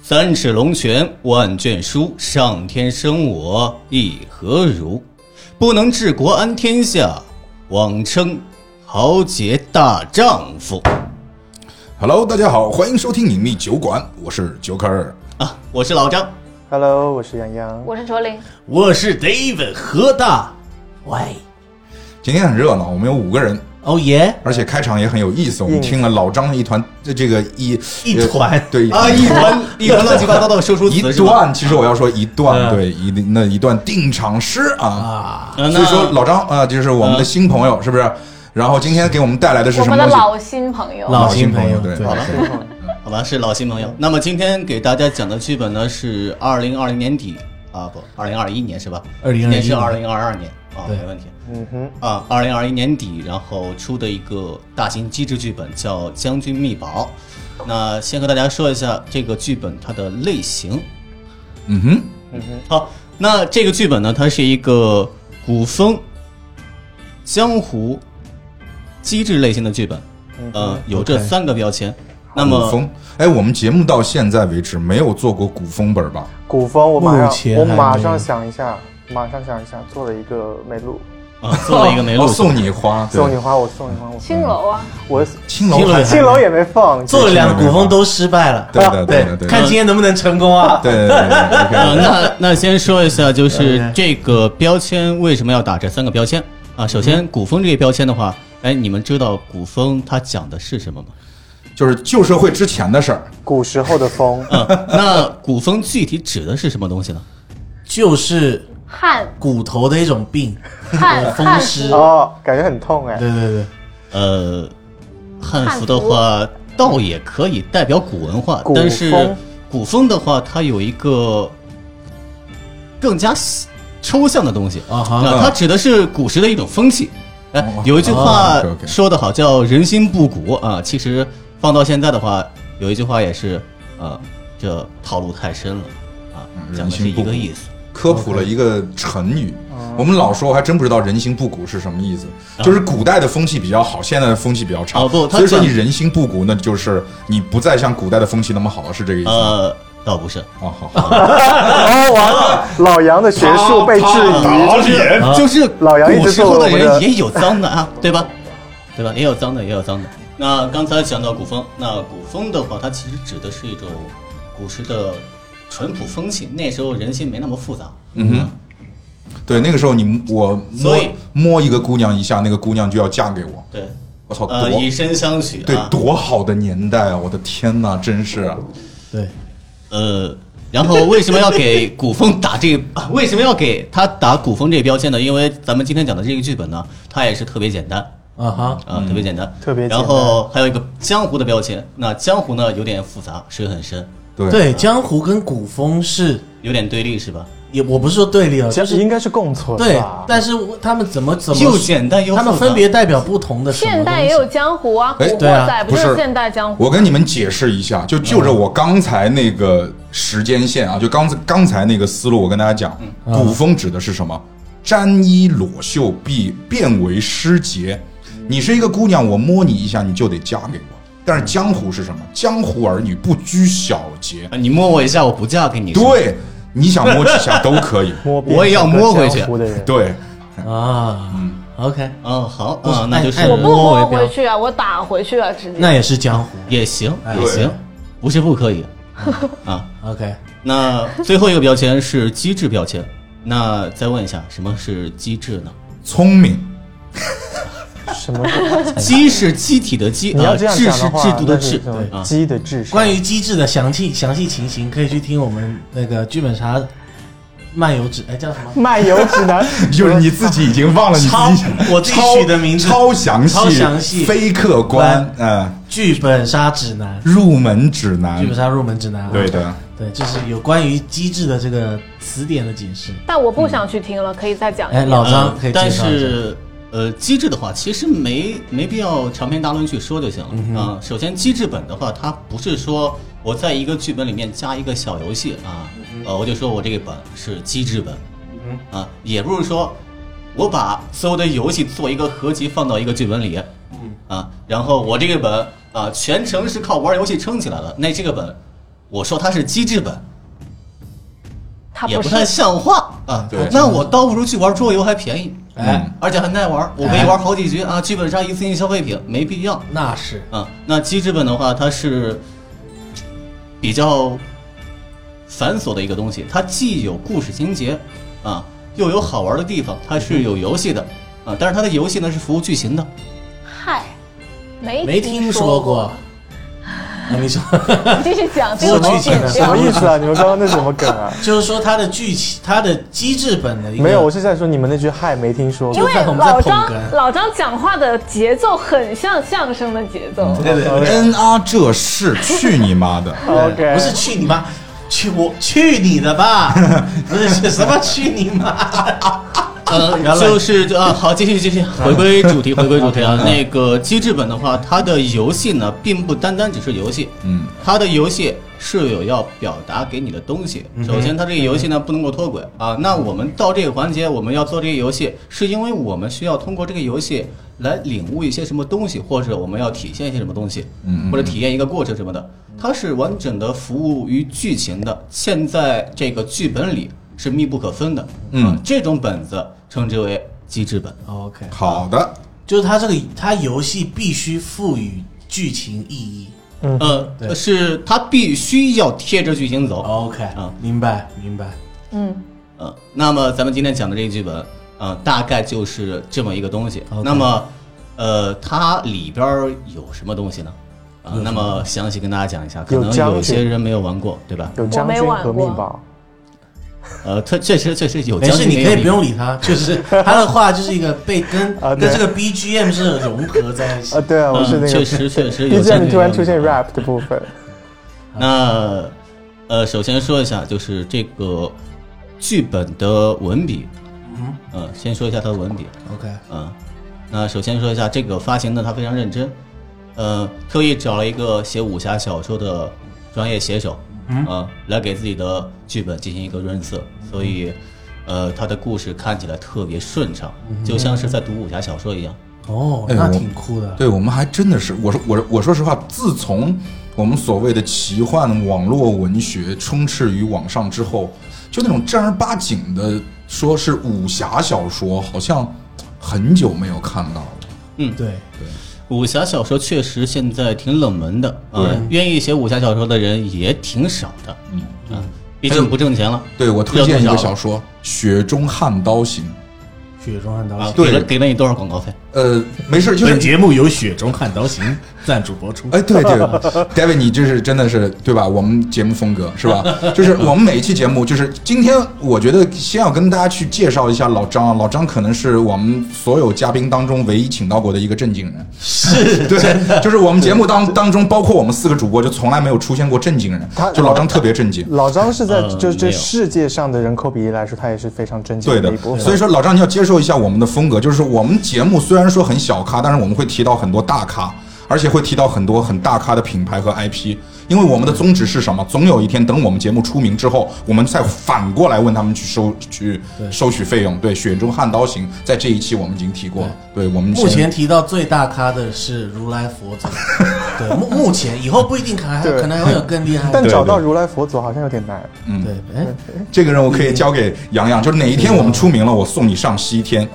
三尺龙泉万卷书，上天生我亦何如？不能治国安天下，枉称豪杰大丈夫。 Hello， 大家好，欢迎收听隐秘酒馆，我是九克尔啊，我是老张。 Hello， 我是杨洋， 我是卓林， 我是 David 何大。喂， 今天很热闹，我们有5个人。 哦耶！ 而且开场也很有意思，我们听了老张一团这个一团对啊一团乱七八糟的说书词一段，其实我要说一段，对一段定场诗啊。所以说老张啊，就是我们的新朋友，是不是？然后今天给我们带来的是什么东西？ 我们的老新朋友， 老新朋友， 对， 好吧，是老新朋友。那么今天给大家讲的剧本呢是2020年底啊，不，2021年是吧？今年是2022年啊，没问题。2021年底，然后出的一个大型机制剧本叫《将军秘宝》。那先和大家说一下这个剧本它的类型。好，那这个剧本呢，它是一个古风江湖机制类型的剧本，有这3个标签。那么古风，我们节目到现在为止没有做过古风本吧？ 古风，我马上想一下，做了一个梅露。 做了一个梅露， 送你花， 送你花，我送你花， 青楼啊， 青楼也没放， 做了2个古风都失败了， 对， 看今天能不能成功啊？ 对， 那先说一下，就是这个标签为什么要打这3个标签啊？首先，古风这个标签的话，你们知道古风它讲的是什么吗？ 就是旧社会之前的事儿， 古时候的风。 那古风具体指的是什么东西呢？ 就是骨头的一种病，风湿哦，感觉很痛哎。 对， 汉服的话倒也可以代表古文化，但是古风的话，它有一个更加抽象的东西它指的是古时的一种风气。有一句话说得好，叫人心不古啊。其实放到现在的话，有一句话也是这套路太深了啊，讲的是一个意思。 科普了一个成语，我们老说，我还真不知道人心不古是什么意思。就是古代的风气比较好，现在的风气比较差。所以说你人心不古，那就是你不再像古代的风气那么好，是这个意思？ 倒不是。 好。 完了，老杨的学术被质疑，就是老杨古时候的人也有脏的啊，对吧？也有脏的。那刚才讲到古风，那古风的话，它其实指的是一种古时的淳朴风情，那时候人心没那么复杂。 对，那个时候我摸一个姑娘一下，那个姑娘就要嫁给我。 对， 我操， 以身相许。 对，多好的年代啊！我的天哪，真是。 对， 然后为什么要给古风打这个？为什么要给他打古风这个标签呢？因为咱们今天讲的这个剧本呢，它也是特别简单。特别简单，然后还有一个江湖的标签，那江湖呢有点复杂，水很深。 对，江湖跟古风是有点对立，是吧？ 我不是说对立就是应该是共存。 对，但是他们怎么又简单又复杂， 他们分别代表不同的什么东西。 现代也有江湖啊，古惑仔不是现代江湖。 我跟你们解释一下，就着我刚才那个时间线啊，就刚才那个思路，我跟大家讲，古风指的是什么？沾衣裸袖变为诗节。你是一个姑娘，我摸你一下，你就得嫁给我。但是江湖是什么？江湖儿女不拘小节。 你摸我一下，我不嫁给你。 对，你想摸几下都可以， 我也要摸回去。 对 ，OK， 好那就是我不摸回去啊，我打回去啊，直接。 那也是江湖， 也行，不是不可以 OK， 那最后一个标签是机制标签。那再问一下，什么是机制呢？ 聪明。 什么？ 机是机体的机，制是制度的制， 机的制。 关于机制的详细情形，可以去听我们那个剧本杀漫游指，叫什么？ 漫游指南， 就是你自己已经忘了你自己我自己取的名字， 超详细，非客观。 剧本杀指南， 入门指南， 剧本杀入门指南。 对的， 对，就是有关于机制的这个词典的解释。 但我不想去听了，可以再讲一遍。 老张可以介绍一下。 但是机制的话，其实没必要长篇大论去说就行了首先，机制本的话，它不是说我在一个剧本里面加一个小游戏我就说我这个本是机制本也不是说我把所有的游戏做一个合集放到一个剧本里然后我这个本全程是靠玩游戏撑起来了，那这个本我说它是机制本， 也不太像话啊。那我倒不如去玩桌游还便宜，而且还耐玩，我可以玩好几局啊。剧本杀一次性消费品，没必要。 那是啊，那机制本的话，它是比较繁琐的一个东西，它既有故事情节啊，又有好玩的地方，它是有游戏的啊，但是它的游戏呢是服务剧情的。 嗨， 没听说过。你说， 继续讲这个剧情什么意思啊？你们刚刚那什么梗啊？ 就是说它的剧情，它的机制本的一个没有，我是在说你们那句嗨没听说过。 因为老张讲话的节奏很像相声的节奏。 对， 这是去你妈的！ OK， 不是去你妈，去你的吧？不是什么去你妈？ 就是好，继续，回归主题啊。那个机制本的话，它的游戏呢，并不单单只是游戏，它的游戏是有要表达给你的东西。首先，它这个游戏呢不能够脱轨啊。那我们到这个环节，我们要做这个游戏，是因为我们需要通过这个游戏来领悟一些什么东西，或者我们要体现一些什么东西，或者体验一个过程什么的。它是完整的服务于剧情的，嵌在这个剧本里是密不可分的。这种本子称之为机制本。 OK， 好的， 就是它游戏必须赋予剧情意义。 是它必须要贴着剧情走。 OK，明白。 那么咱们今天讲的这个剧本，大概就是这么一个东西。那么，它里边有什么东西呢？那么详细跟大家讲一下，可能有些人没有玩过，对吧？ 有将军和密宝。 它确实有将军。 没事，你可以不用理他，就是他的话就是一个被跟这个 BGM 是融合在一起。 对啊，我是那个确实有 BGM 突然出现 rap 的部分。 那首先说一下，就是这个剧本的文笔。先说一下它的文笔。 OK。 那首先说一下这个发行的，他非常认真。特意找了一个写武侠小说的专业写手，来给自己的剧本进行一个润色，所以，他的故事看起来特别顺畅，就像是在读武侠小说一样。 那挺酷的。 对，我们还真的是，我说实话，自从我们所谓的奇幻网络文学充斥于网上之后，就那种正儿八经的说是武侠小说，好像很久没有看到了。 对。 武侠小说确实现在挺冷门的，愿意写武侠小说的人也挺少的，毕竟不挣钱了。 对，我推荐一个小说《雪中悍刀行》。 雪中悍刀行， 对，给了你多少广告费？ 没事，就是本节目由雪中悍刀行赞助播出。 对，David， 你这是真的是对吧？我们节目风格是吧？就是我们每一期节目，就是今天我觉得先要跟大家去介绍一下老张。老张可能是我们所有嘉宾当中唯一请到过的一个正经人。 是， 对，就是我们节目当中，包括我们4个主播，就从来没有出现过正经人。就老张特别正经。 老张是在就是这世界上的人口比例来说，他也是非常正经的一部分。 所以说，老张你要接受一下我们的风格，就是我们节目虽然说很小咖，但是我们会提到很多大咖，而且会提到很多很大咖的品牌和 IP， 因为我们的宗旨是什么？总有一天等我们节目出名之后，我们再反过来问他们去收取费用。对，雪中悍刀行在这一期我们已经提过了。对，我们目前提到最大咖的是如来佛祖。对，目前以后不一定可能还会有更厉害的。 但找到如来佛祖好像有点难。 对， 这个任务可以交给洋洋，就是哪一天我们出名了，我送你上西天。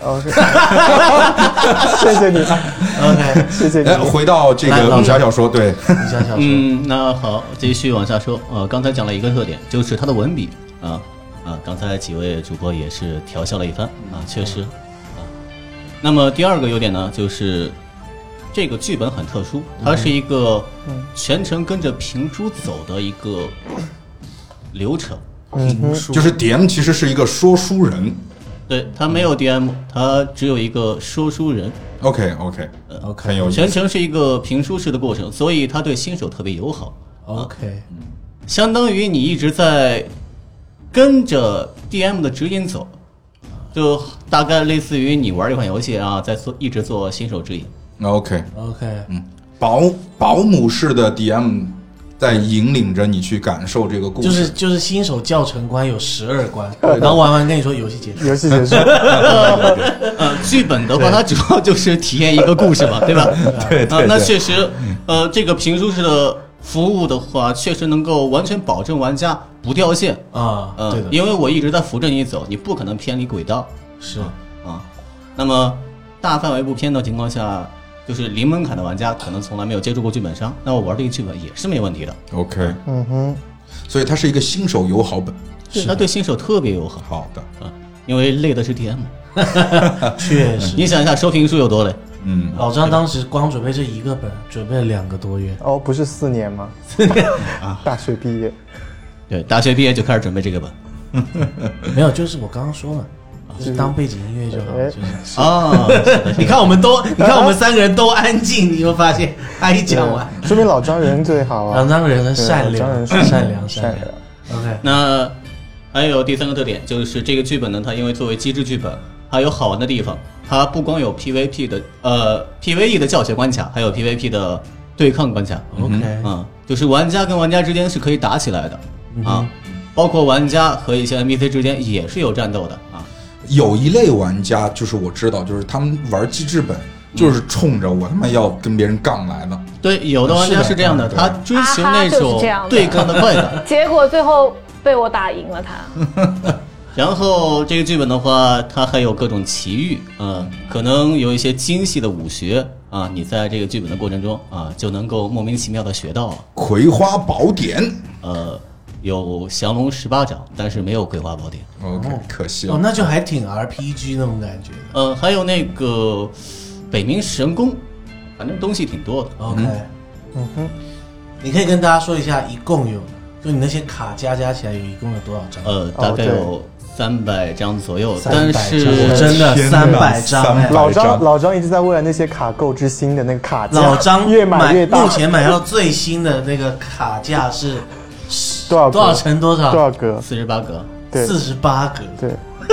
谢谢你。 OK， 谢谢你。 回到这个武侠小说，对， 武侠小说。 那好，继续往下说。刚才讲了一个特点，就是它的文笔刚才几位主播也是调笑了一番确实那么第二个优点呢，就是这个剧本很特殊，它是一个全程跟着评书走的一个流程。 就是 DM 其实是一个说书人。 对，他没有 DM， 他只有一个说书人。 OK， 很有意思。 全程是一个评书式的过程，所以他对新手特别友好。 OK， 相当于你一直在跟着 DM 的指引走，就大概类似于你玩一款游戏在一直做新手指引。 OK， 保姆式的 DM。在引领着你去感受这个故事， 就是新手教程关有12关，然后玩完跟你说游戏结束。 游戏结束。 剧本的话，它主要就是体验一个故事嘛，对吧？ 对。 那确实，这个评书式的服务的话，确实能够完全保证玩家不掉线啊。对的， 因为我一直在扶着你走，你不可能偏离轨道。 是啊，那么大范围不偏的情况下，就是零门槛的玩家可能从来没有接触过剧本杀，那我玩这个剧本也是没问题的。 OK， 所以它是一个新手友好本， 是它对新手特别友好。 好的， 因为累的是 DM， 确实。 你想一下，收评书有多累？ 老张当时光准备这一个本，准备了2个多月。 哦，不是4年吗 ？4年啊，大学毕业。 对，大学毕业就开始准备这个本。 没有，就是我刚刚说了。就是当背景音乐就好，就是啊。 你看我们3个人都安静，你会发现他一讲完， 说明老张人最好啊。 老张人善良。OK， 那还有第3个特点，就是这个剧本呢，它因为作为机制剧本，它有好玩的地方。它不光有 PVP 的PVE 的教学关卡，还有 PVP 的对抗关卡。 OK， 就是玩家跟玩家之间是可以打起来的啊，包括玩家和一些 NPC 之间也是有战斗的啊。 有一类玩家就是我知道，就是他们玩机制本就是冲着我他妈要跟别人杠来的。 对，有的玩家是这样的，他追求那种对抗的快感， 结果最后被我打赢了他。 然后这个剧本的话，它还有各种奇遇，可能有一些精细的武学啊，你在这个剧本的过程中啊，就能够莫名其妙的学到。 葵花宝典， 有降龙18掌，但是没有葵花宝典。 OK， 可惜了。 那就还挺 RPG 那种感觉的。还有那个北冥神功，反正东西挺多的。 OK， 你可以跟大家说一下，一共有，就你那些卡加起来，一共有多少张？ 大概有300张左右，但是真的300张。 老张一直在为了那些卡购之心的那个卡架， 老张越买越大。 目前买到最新的那个卡架是多少乘多少？ 多少格 ？48格。 对 ，48格。 对。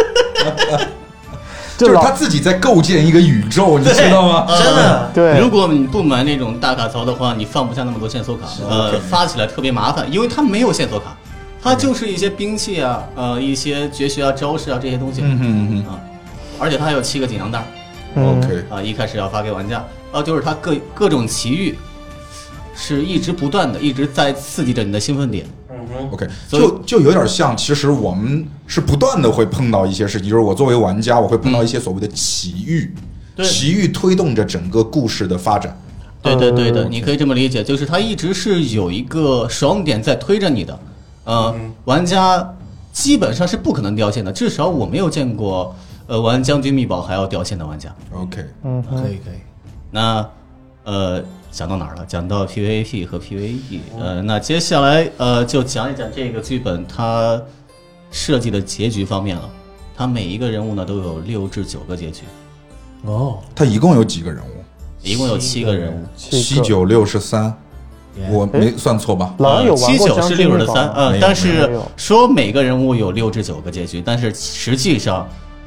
就是他自己在构建一个宇宙，你知道吗？ 真的。 对。 如果你不买那种大卡槽的话，你放不下那么多线索卡，发起来特别麻烦，因为它没有线索卡。它就是一些兵器啊，一些绝学啊、招式啊这些东西，而且它还有7个锦囊袋 ，OK， 一开始要发给玩家，就是它各种奇遇，是一直不断的，一直在刺激着你的兴奋点。 OK， 就有点像，其实我们是不断的会碰到一些事情，就是我作为玩家，我会碰到一些所谓的奇遇，奇遇推动着整个故事的发展。 对的，你可以这么理解，就是它一直是有一个爽点在推着你的。玩家基本上是不可能掉线的，至少我没有见过玩将军秘宝还要掉线的玩家。 OK， 可以。 那讲到哪儿了？讲到 PVP 和 PVE，那接下来就讲一讲这个剧本它设计的结局方面了。它每一个人物呢都有6至9个结局。 它一共有几个人物？ 一共有7个人物 ，7、9、6是3。我没算错吧 ？7、9是6的3，但是说每个人物有6至9个结局，但是实际上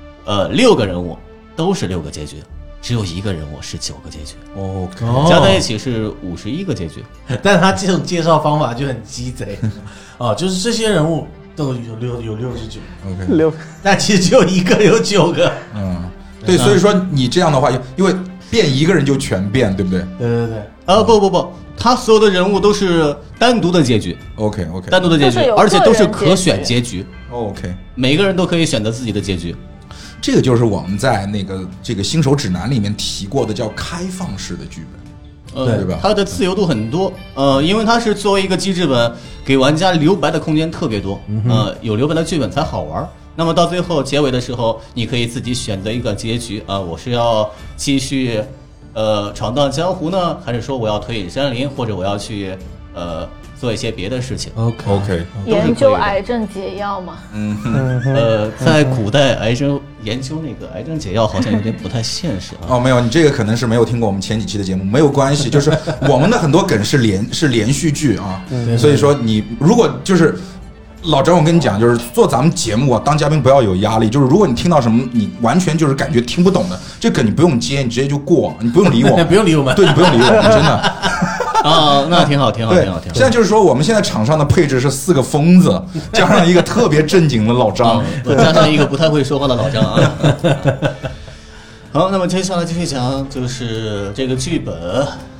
，6个人物都是6个结局，只有1个人物是9个结局。 OK， 加在一起是51个结局。 但他这种介绍方法就很鸡贼就是这些人物都有6至9 ，OK， 但其实只有1个有9个。 对，所以说你这样的话，因为变1个人就全变，对不对？ 对。 不，他所有的人物都是单独的结局。 OK， 单独的结局，而且都是可选结局。 OK， 每个人都可以选择自己的结局。 这个就是我们在这个新手指南里面提过的叫开放式的剧本，对吧？ 它的自由度很多，因为它是作为一个机制本，给玩家留白的空间特别多，有留白的剧本才好玩。那么到最后结尾的时候，你可以自己选择一个结局我是要继续闯荡江湖呢，还是说我要退隐山林，或者我要去做一些别的事情。 OK， 研究癌症解药嘛。 在古代癌症研究那个癌症解药好像有点不太现实没有，你这个可能是没有听过我们前几期的节目，没有关系，就是我们的很多梗是连续剧所以说你如果就是老张，我跟你讲，就是做咱们节目当嘉宾不要有压力，就是如果你听到什么你完全就是感觉听不懂的，这梗你不用接，你直接就过，你不用理我， 不用理我们， 对，你不用理我们，真的。 那挺好。 现在就是说，我们现在场上的配置是4个疯子，加上一个特别正经的老张， 加上一个不太会说话的老张啊。好，那么接下来继续讲，就是这个剧本，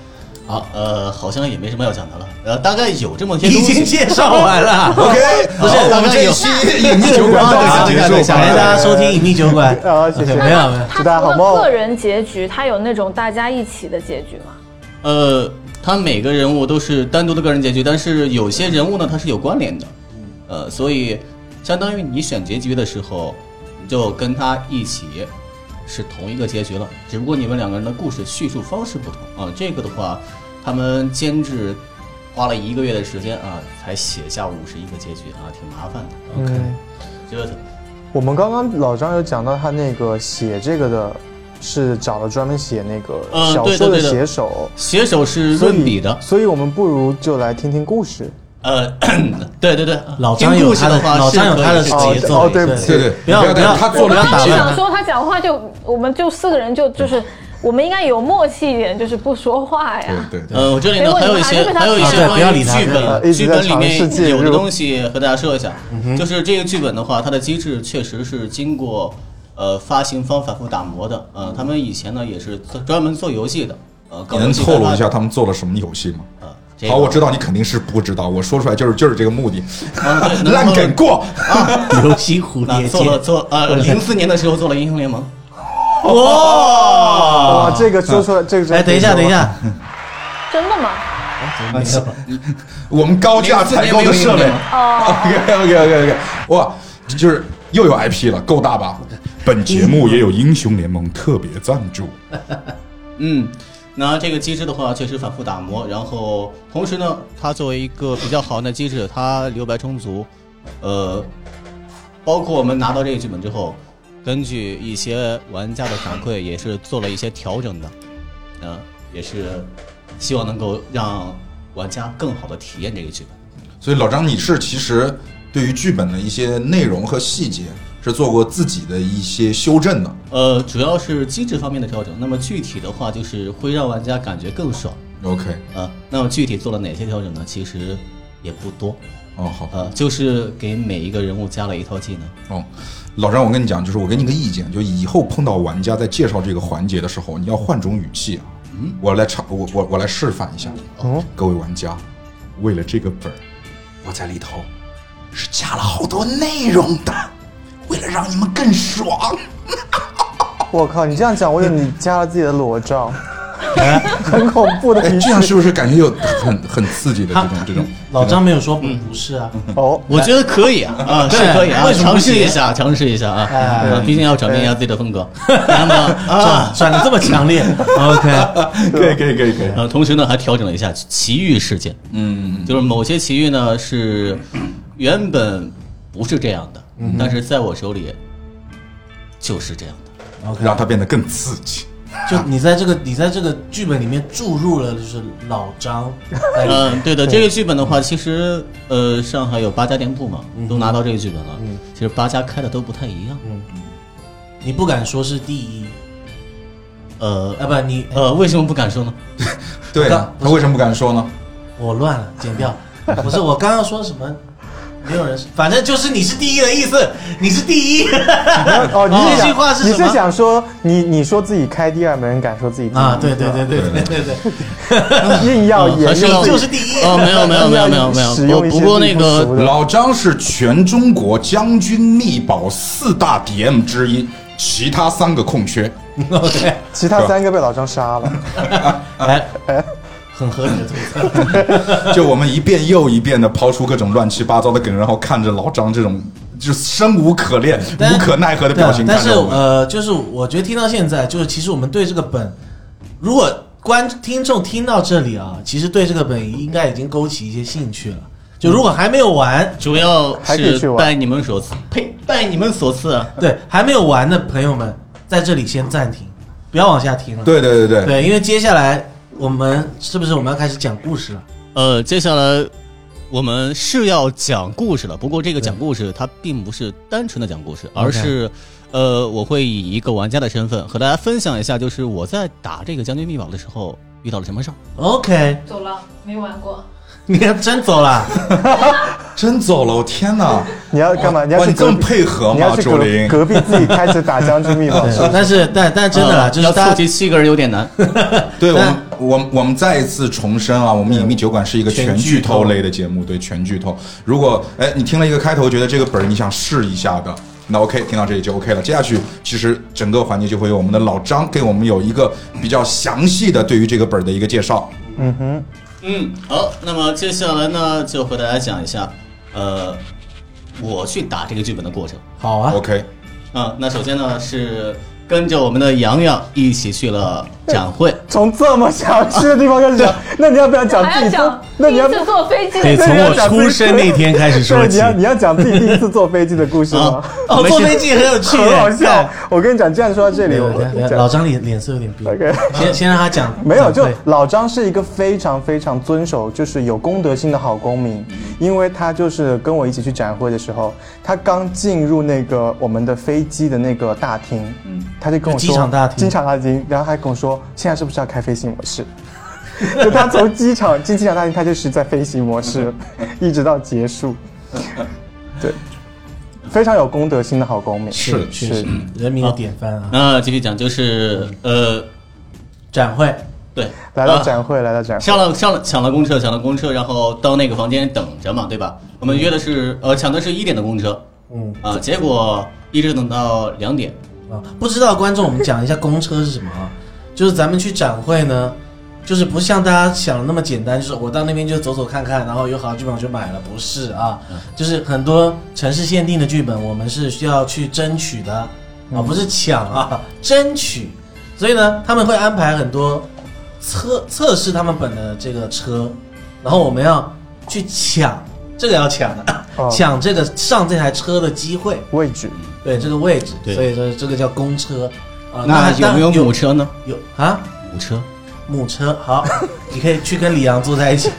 好， 好像也没什么要讲的了。大概有这么些东西。 已经介绍完了。 OK， 不是我们这一期隐秘酒馆到此结束， 感谢大家收听隐秘酒馆。 谢谢。 没有。 祝大家好梦。 个人结局，它有那种大家一起的结局吗？ 他每个人物都是单独的个人结局，但是有些人物呢，它是有关联的。所以相当于你选结局的时候，你就跟他一起是同一个结局了，只不过你们两个人的故事叙述方式不同啊。这个的话，他们监制花了1个月的时间啊，才写下51个结局啊，挺麻烦的。OK， 折腾。 我们刚刚老张有讲到他那个写这个的，是找了专门写那个小说的写手， 写手是润笔的， 所以我们不如就来听听故事。 对， 老张有他的节奏， 对不起， 不要他做了笔记。 想说他讲话我们就4个人就是我们应该有默契一点，就是不说话呀。 对。 我这里呢还有一些不要理他。 剧本里面有的东西和大家说一下，就是这个剧本的话，它的机制确实是经过发行方反复打磨的。他们以前呢也是专门做游戏的。 你能透露一下他们做了什么游戏吗？好，我知道你肯定是不知道，我说出来就是这个目的。烂梗过啊！游戏蝴蝶做04年的时候做了英雄联盟。 哇，这个说出来，这个等一下， 真的吗？ 我们高价采购的设备。OK， 哇，就是又有 IP 了，够大吧？本节目也有英雄联盟特别赞助。 那这个机制的话，确实反复打磨，然后同时呢，它作为一个比较好的机制，它留白充足，包括我们拿到这个剧本之后，根据一些玩家的反馈，也是做了一些调整的，也是希望能够让玩家更好的体验这个剧本。 所以老张，你是其实对于剧本的一些内容和细节是做过自己的一些修正的。 主要是机制方面的调整，那么具体的话就是会让玩家感觉更爽。 OK， 那么具体做了哪些调整呢？其实也不多。 好， 就是给每一个人物加了一套技能。 老张，我跟你讲，就是我给你个意见，就以后碰到玩家在介绍这个环节的时候，你要换种语气啊。我来示范一下。各位玩家，为了这个本儿，我在里头是加了好多内容的，为了让你们更爽。 我靠，你这样讲，我以为你加了自己的裸照。很恐怖的， 这样是不是感觉有很刺激的这种？ 老张没有说不是啊。 我觉得可以啊，是可以啊，尝试一下啊，毕竟要转变一下自己的风格。那么转的这么强烈 ，OK， 可以。 同时呢，还调整了一下奇遇事件。就是某些奇遇呢是原本不是这样的，但是在我手里就是这样的。 OK， 让它变得更刺激。 就你在这个剧本里面注入了就是老张。 对的，这个剧本的话，其实上海有8家店铺嘛，都拿到这个剧本了。其实8家开的都不太一样。 你不敢说是第一。你为什么不敢说呢？ 对，他为什么不敢说呢？ 我乱了，剪掉。不是我刚刚说什么？没有人，反正就是你是第一的意思，你是第一。这句话是什么？ 你是想说你说自己开第二，没人敢说自己第一啊？对， 硬要演就是第一。 没有。不过那个老张是全中国将军密保4大 DM 之一，其他3个空缺。 OK， 其他3个被老张杀了。 很合理的推测。就我们一遍又一遍的抛出各种乱七八糟的梗，然后看着老张这种就生无可恋、无可奈何的表情。 但是就是我觉得听到现在，就是其实我们对这个本，如果听众听到这里啊，其实对这个本应该已经勾起一些兴趣了。就如果还没有玩， 主要是拜你们所赐。拜你们所赐啊！ 对，还没有玩的朋友们，在这里先暂停，不要往下听了。 对， 因为接下来我们要开始讲故事了？ 接下来我们是要讲故事了，不过这个讲故事它并不是单纯的讲故事，而是我会以一个玩家的身份和大家分享一下，就是我在打这个将军密宝的时候遇到了什么事儿。 OK， 走了，没玩过。 你真走了？ 真走了！我天哪！ 你要干嘛？你要你这么配合吗？周林， 隔壁自己开始打将军密宝。 但真的啦，就是要凑齐7个人有点难。 对， 我们再一次重申啊，我们隐秘酒馆是一个全剧透类的节目，对，全剧透。如果你听了一个开头，觉得这个本你想试一下的，那 OK， 听到这里就 OK 了。接下去其实整个环节就会有我们的老张给我们有一个比较详细的对于这个本的一个介绍。 好，那么接下来呢，就和大家讲一下，我去打这个剧本的过程。 好啊 ，OK。 那首先呢是跟着我们的洋洋一起去了展会。 从这么想去的地方开始讲，那你要不要讲自己？那你要第一次坐飞机？ 得从我出生那天开始说起。 你要讲自己第一次坐飞机的故事吗？ 坐飞机很有趣， 很好笑。我跟你讲，既然说到这里， 老张脸色有点冰。 OK， 先让他讲。 没有，就老张是一个非常非常遵守，就是有公德心的好公民。因为他就是跟我一起去展会的时候，他刚进入那个我们的飞机的那个大厅，他就跟我说机场大厅，然后他跟我说现在是不是要开飞行模式？就他从进机场大厅，他就是在飞行模式，一直到结束。对，非常有公德心的好公民， 是人民的典范啊。 那继续讲，就是展会。 对， 来到展会，抢了公车，然后到那个房间等着嘛，对吧？我们约的是抢的是1点的公车，结果一直等到2点。 不知道观众，我们讲一下公车是什么啊？就是咱们去展会呢，就是不像大家想的那么简单，就是我到那边就走走看看，然后有好剧本我就买了，不是啊？就是很多城市限定的剧本，我们是需要去争取的啊，不是抢啊，争取。所以呢，他们会安排很多测试他们本的这个车，然后我们要去抢，这个要抢的，抢这个上这台车的机会位置， 对这个位置，所以说这个叫公车啊。 那有没有母车呢？ 有啊，母车好，你可以去跟李阳坐在一起，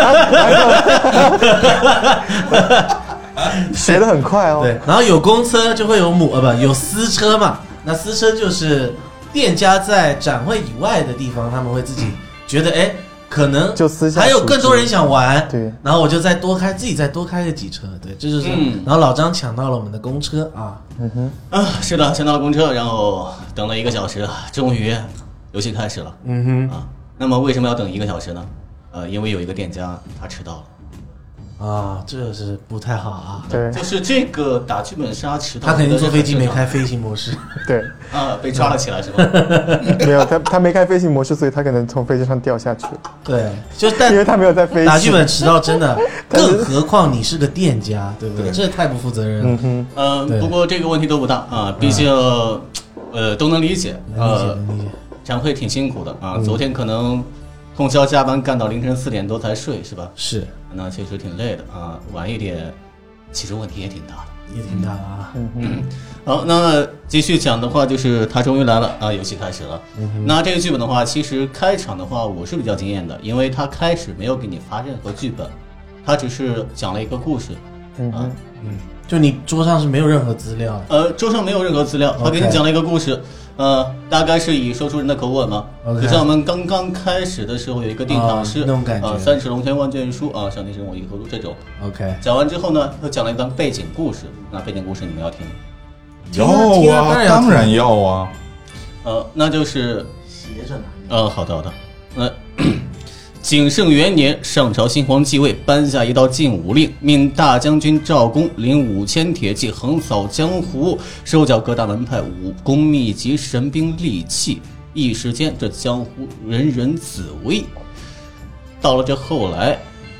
学得很快哦。 对，然后有公车就会有有私车嘛，那私车就是店家在展会以外的地方，他们会自己觉得可能就私下还有更多人想玩， 对， 然后我就再自己再多开个几车，对，这就是。然后老张抢到了我们的公车啊， 是的，抢到了公车，然后等了1个小时，终于游戏开始了，那么为什么要等1个小时呢？因为有一个店家他迟到了。 这是不太好啊。 对， 就是这个打剧本杀迟到， 他肯定坐飞机没开飞行模式。 对， 被抓了起来是吧？ 没有，他没开飞行模式，所以他可能从飞机上掉下去。 对， 因为他没有在飞机打剧本迟到真的，更何况你是个店家，对不对？这太不负责任了。 不过这个问题都不大啊，毕竟都能理解。展会挺辛苦的啊，昨天可能通宵加班干到凌晨4点多才睡，是吧？ 是， 那确实挺累的啊。晚一点，其实问题也挺大的， 啊。 好，那继续讲的话，就是他终于来了啊，游戏开始了。那这个剧本的话，其实开场的话，我是比较惊艳的，因为他开始没有给你发任何剧本，他只是讲了一个故事。 就你桌上是没有任何资料的。桌上没有任何资料，他给你讲了一个故事。大概是以说书人的口吻嘛，就像我们刚刚开始的时候有一个定场诗， 那种感觉 ，30龙泉万卷书啊，上天生我一口书这种。 OK， 讲完之后呢，又讲了一段背景故事。那背景故事你们要听吗？ 要啊，当然要啊。 那就是斜着呢。 好的。景圣元年，上朝新皇继位，颁下一道禁武令，命大将军赵公领5000铁骑横扫江湖，收缴各大门派武功秘籍、神兵利器。一时间，这江湖人人自危。到了这后来，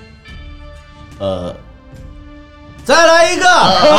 再来一个，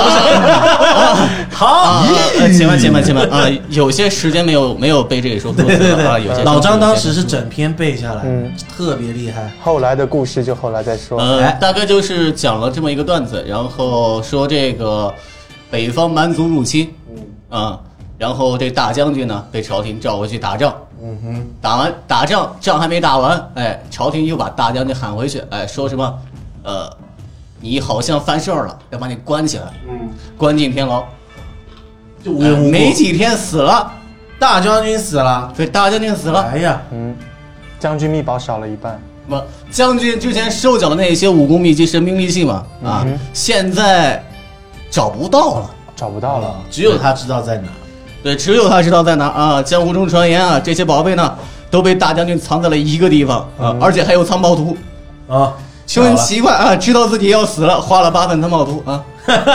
好， 千万啊！有些时间没有背这一说，对啊，有些老张当时是整篇背下来，特别厉害。 后来的故事就后来再说。 大概就是讲了这么一个段子，然后说这个北方蛮族入侵，然后这大将军呢被朝廷召回去打仗，打仗还没打完，朝廷又把大将军喊回去，说什么你好像犯事儿了，要把你关起来，关进天牢， 就无缘无故， 没几天死了， 大将军死了， 对，大将军死了， 哎呀， 将军秘宝少了一半， 不，将军之前收缴的那些武功秘籍、神兵利器嘛，现在找不到了， 只有他知道在哪， 对，只有他知道在哪啊！江湖中传言啊，这些宝贝呢都被大将军藏在了一个地方啊，而且还有藏宝图啊， 就很奇怪啊，知道自己要死了，花了8份藏宝图啊。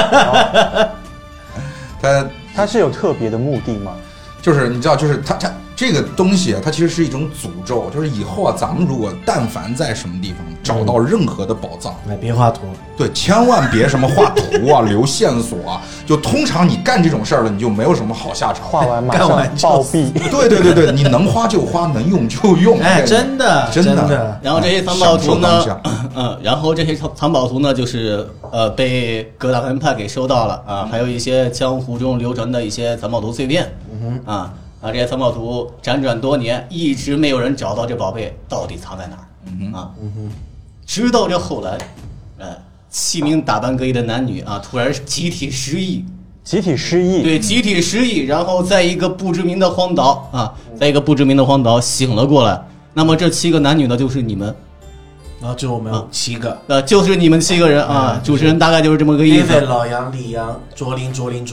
他是有特别的目的吗？ 就是你知道，就是他这个东西啊，它其实是一种诅咒，就是以后啊，咱们如果但凡在什么地方找到任何的宝藏， 别画图， 对，千万别什么画图啊、留线索啊，就通常你干这种事儿了，你就没有什么好下场。 画完马上暴毙。 对，你能花就花，能用就用。 哎，真的。 然后这些藏宝图呢，然后这些藏宝图呢，就是被各大门派给收到了啊，还有一些江湖中流传的一些藏宝图碎片，这些藏宝图辗转多年，一直没有人找到这宝贝到底藏在哪儿直到这后来，7名打扮各异的男女啊，突然集体失忆，对，集体失忆，然后在一个不知名的荒岛醒了过来。那么这7个男女呢，就是你们。 然后就我们7个， 就是你们7个人啊，主持人大概就是这么个意思。 对，老杨、李阳、卓林，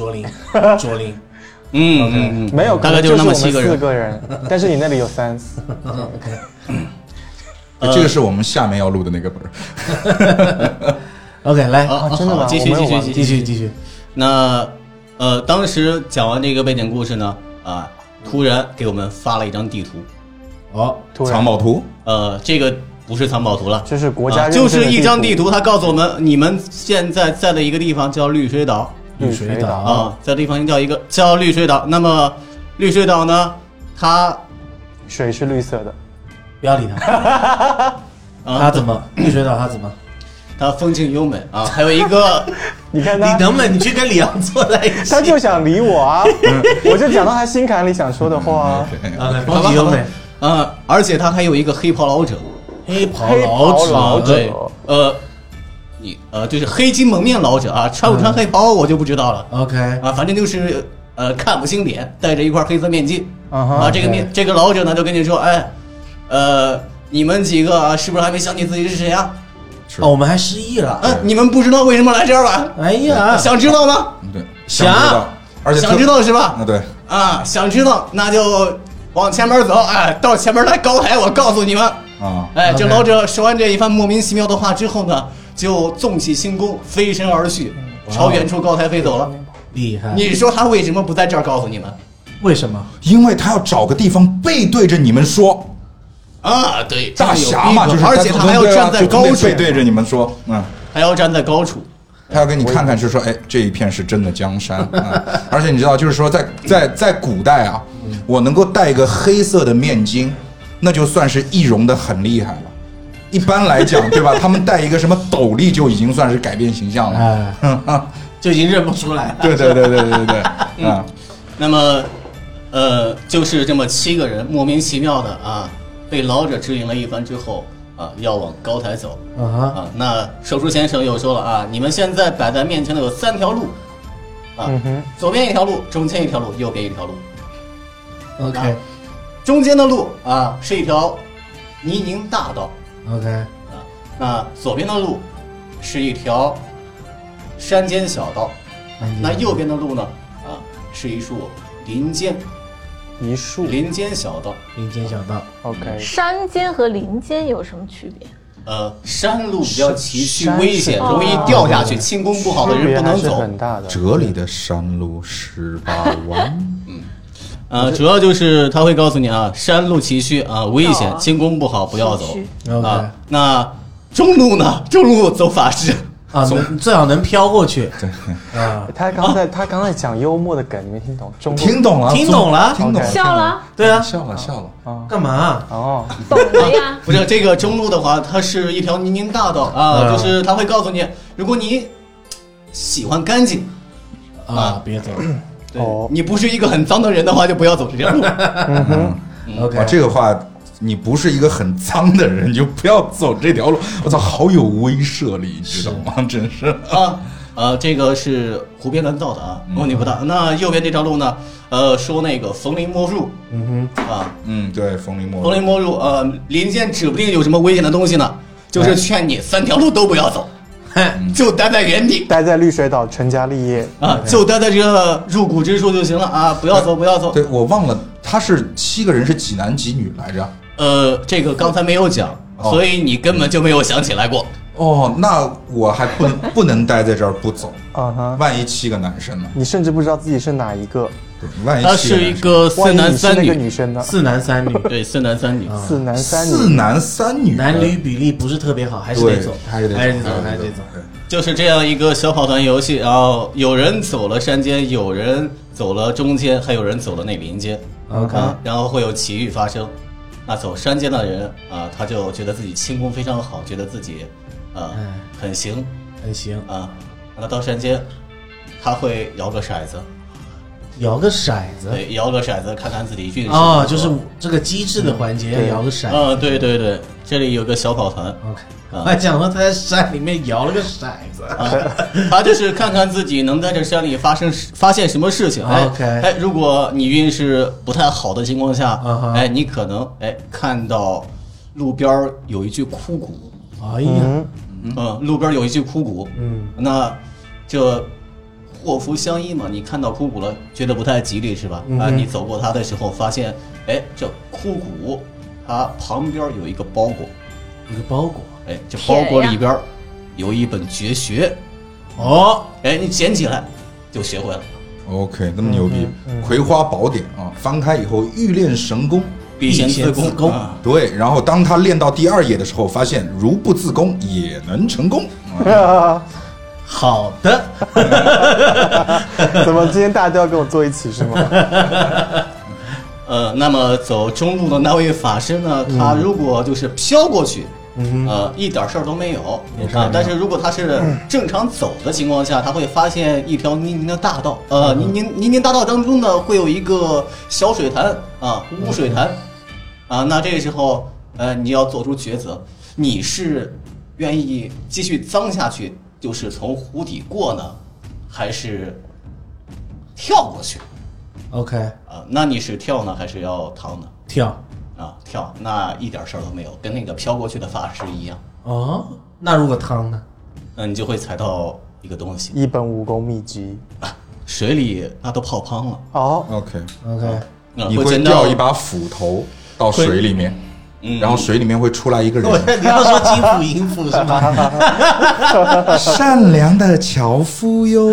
没有， 大概就是那么7个人 ，4个人，但是你那里有3。 OK， 这个是我们下面要录的那个本。 OK， 来， 真的吗？ 继续。那当时讲完这个背景故事呢，突然给我们发了一张地图。 藏宝图。 这个不是藏宝图了， 这是国家就是一张地图，它告诉我们，你们现在在的一个地方叫绿水岛。在地方叫绿水岛。那么绿水岛呢，它水是绿色的， 不要理他。他怎么绿水岛？他怎么？ 它风景优美啊，还有一个， 你看他， 你能不能你去跟李阳坐在一起？ 他就想理我啊，我就讲到他心坎里想说的话啊。 风景优美而且他还有一个黑袍老者。对，就是黑金蒙面老者啊，穿不穿黑袍我就不知道了。 OK 反正就是看不清脸，戴着一块黑色面具。这个老者呢就跟你说，你们几个是不是还没想起自己是谁啊？ 我们还失忆了。 你们不知道为什么来这儿了？ 哎呀， 想知道吗？ 对， 想， 而且想知道是吧？ 对想知道那就往前面走，到前面来高台，我告诉你们。这老者说完这一番莫名其妙的话之后呢，就纵起轻功飞身而去，朝远处高台飞走了。 厉害！ 你说他为什么不在这儿告诉你们？ 为什么？ 因为他要找个地方背对着你们说。 对， 大侠嘛，就是， 而且他还要站在高处， 背对着你们说， 还要站在高处， 他要给你看看，是说，这一片是真的江山。而且你知道，就是说，在古代啊，我能够戴一个黑色的面巾，那就算是易容的很厉害了。一般来讲，对吧？他们戴一个什么斗笠就已经算是改变形象了， 就已经认不出来了。 对， 那么，就是这么7个人莫名其妙的被老者指引了一番之后要往高台走。那手术先生又说了你们现在摆在面前的有3条路左边一条路，中间一条路，右边一条路。 OK， 中间的路是一条泥泞大道。 OK， 那左边的路是一条山间小道。那右边的路呢是一处林间小道。 OK， 山间和林间有什么区别？ 山路比较崎岖危险，容易掉下去，轻功不好的人不能走。 这里的山路18弯。 主要就是他会告诉你山路崎岖危险，轻功不好不要走那中路呢？中路走法式你最好能飘过去。 对他刚才讲幽默的梗，你没听懂？ 听懂了， 笑了。 对啊， 笑了。 干嘛？ 懂了呀。 不是这个中路的话，它是一条泥泞大道就是他会告诉你，如果你喜欢干净别走。 你不是一个很脏的人的话，就不要走这条路。 OK， 这个话，你不是一个很脏的人，你就不要走这条路。我操，好有威慑力，你知道吗？真是这个是胡编乱造的问题不大。那右边这条路呢？说那个逢林莫入。 对，逢林莫入。林间指不定有什么危险的东西呢，就是劝你3条路都不要走。就待在原地， 待在绿水岛成家立业就待在这个入谷之处就行了不要走。 对，我忘了他是7个人是几男几女来着？ 这个刚才没有讲，所以你根本就没有想起来过。 哦，那我还不能待在这儿不走万一7个男生呢？ 你甚至不知道自己是哪一个。 对，万一他是一个4男3女， 女生呢 ？4男3女， 对，4男3女 ，4男3女 ，4男3女， 男女比例不是特别好，还是得走，还是得走。 就是这样一个小跑团游戏，然后有人走了山间，有人走了中间，还有人走了那林间。 OK， 然后会有奇遇发生。那走山间的人啊，他就觉得自己轻功非常好，觉得自己很行啊。那到山间，他会摇个骰子。 摇个骰子， 对，摇个骰子看看自己运势。 就是这个机制的环节，摇个骰子。 对对对，这里有个小跑团。 OK，还讲说他在山里面摇了个骰子， 他就是看看自己能在这山里发现什么事情。 OK， 如果你运势不太好的情况下，你可能看到路边有一具枯骨。 哎呀， 路边有一具枯骨。那这。祸福相依嘛，你看到枯骨了，觉得不太吉利是吧？你走过它的时候，发现，这枯骨它旁边有一个包裹，这包裹里边有一本绝学，你捡起来就学会了。 OK， 那么牛逼，葵花宝典啊，翻开以后欲练神功， 必先自宫。 对，然后当他练到第2页的时候，发现如不自宫也能成功。 好的， 怎么今天大家都要跟我坐一起是吗？ 那么走中路的那位法师呢？他如果就是飘过去，一点事儿都没有但是如果他是正常走的情况下，他会发现一条泥泞的大道，泥泞大道当中呢会有一个小水潭污水潭那这个时候你要做出抉择，你是愿意继续脏下去？就是从湖底过呢，还是跳过去 ？OK 那你是跳呢，还是要趟呢？ 跳跳，那一点事儿都没有，跟那个飘过去的法师一样。 那如果趟呢？ 你就会踩到一个东西， 一本武功秘籍， 水里那都泡汤了。 OK， 你会掉一把斧头到水里面。然后水里面会出来一个人。 你要说金斧银斧是吗？ 善良的樵夫哟。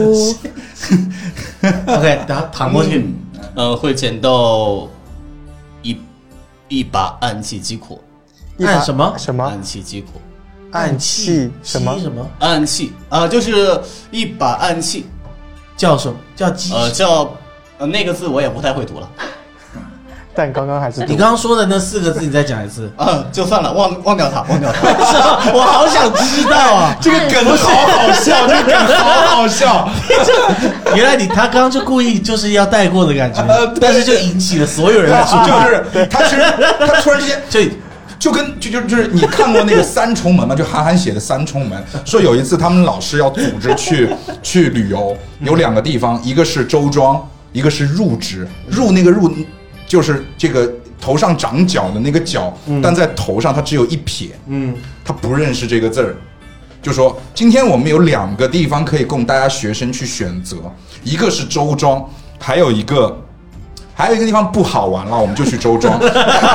OK， 然后躺过去， 会捡到一把暗器击阔。 暗什么？ 暗器击阔。 暗器什么？ 暗器就是一把暗器。 叫什么？叫击？ 叫那个字我也不太会读了。 但刚刚还是你刚刚说的那4个字，你再讲一次就算了，忘掉它。 我好想知道啊， 这个梗好笑，这个梗好笑。 原来他刚刚就故意就是要带过的感觉，但是就引起了所有人的注意。 就是他突然之间就是你看过那个3重门吗？就韩寒写的3重门，说有一次他们老师要组织去旅游，有2个地方，一个是周庄，一个是入直，那个入。就是这个头上长角的那个角，但在头上它只有1撇，他不认识这个字儿，就说今天我们有2个地方可以供大家学生去选择，一个是周庄，还有一个地方不好玩了，我们就去周庄。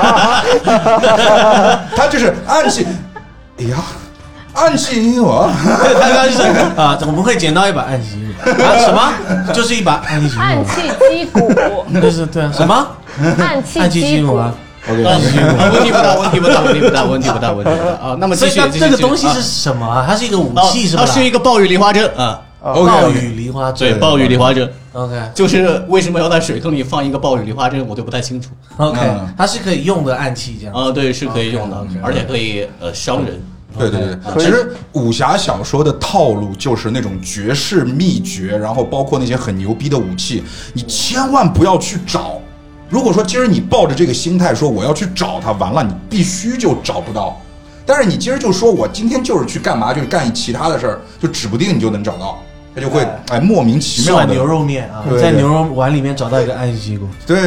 他就是暗器，暗器我， 他刚是我们会捡到一把暗器什么？就是一把暗器击鼓， 就是对什么？ 暗器击鼓啊！ 问题不大那么继续， 这个东西是什么啊？它是一个武器是吧？ 它是一个暴雨梨花针暴雨梨花针， 对，暴雨梨花针。 OK， 就是为什么要在水坑里放一个暴雨梨花针，我就不太清楚。 OK， 它是可以用的暗器，这样对，是可以用的，而且可以伤人。 对，其实武侠小说的套路就是那种绝世秘诀，然后包括那些很牛逼的武器，你千万不要去找。如果说今儿你抱着这个心态说我要去找它，完了你必须就找不到。但是你今儿就说我今天就是去干嘛，就是干其他的事儿，就指不定你就能找到。他就会莫名其妙的牛肉面在牛肉丸里面找到一个暗器击鼓。 对，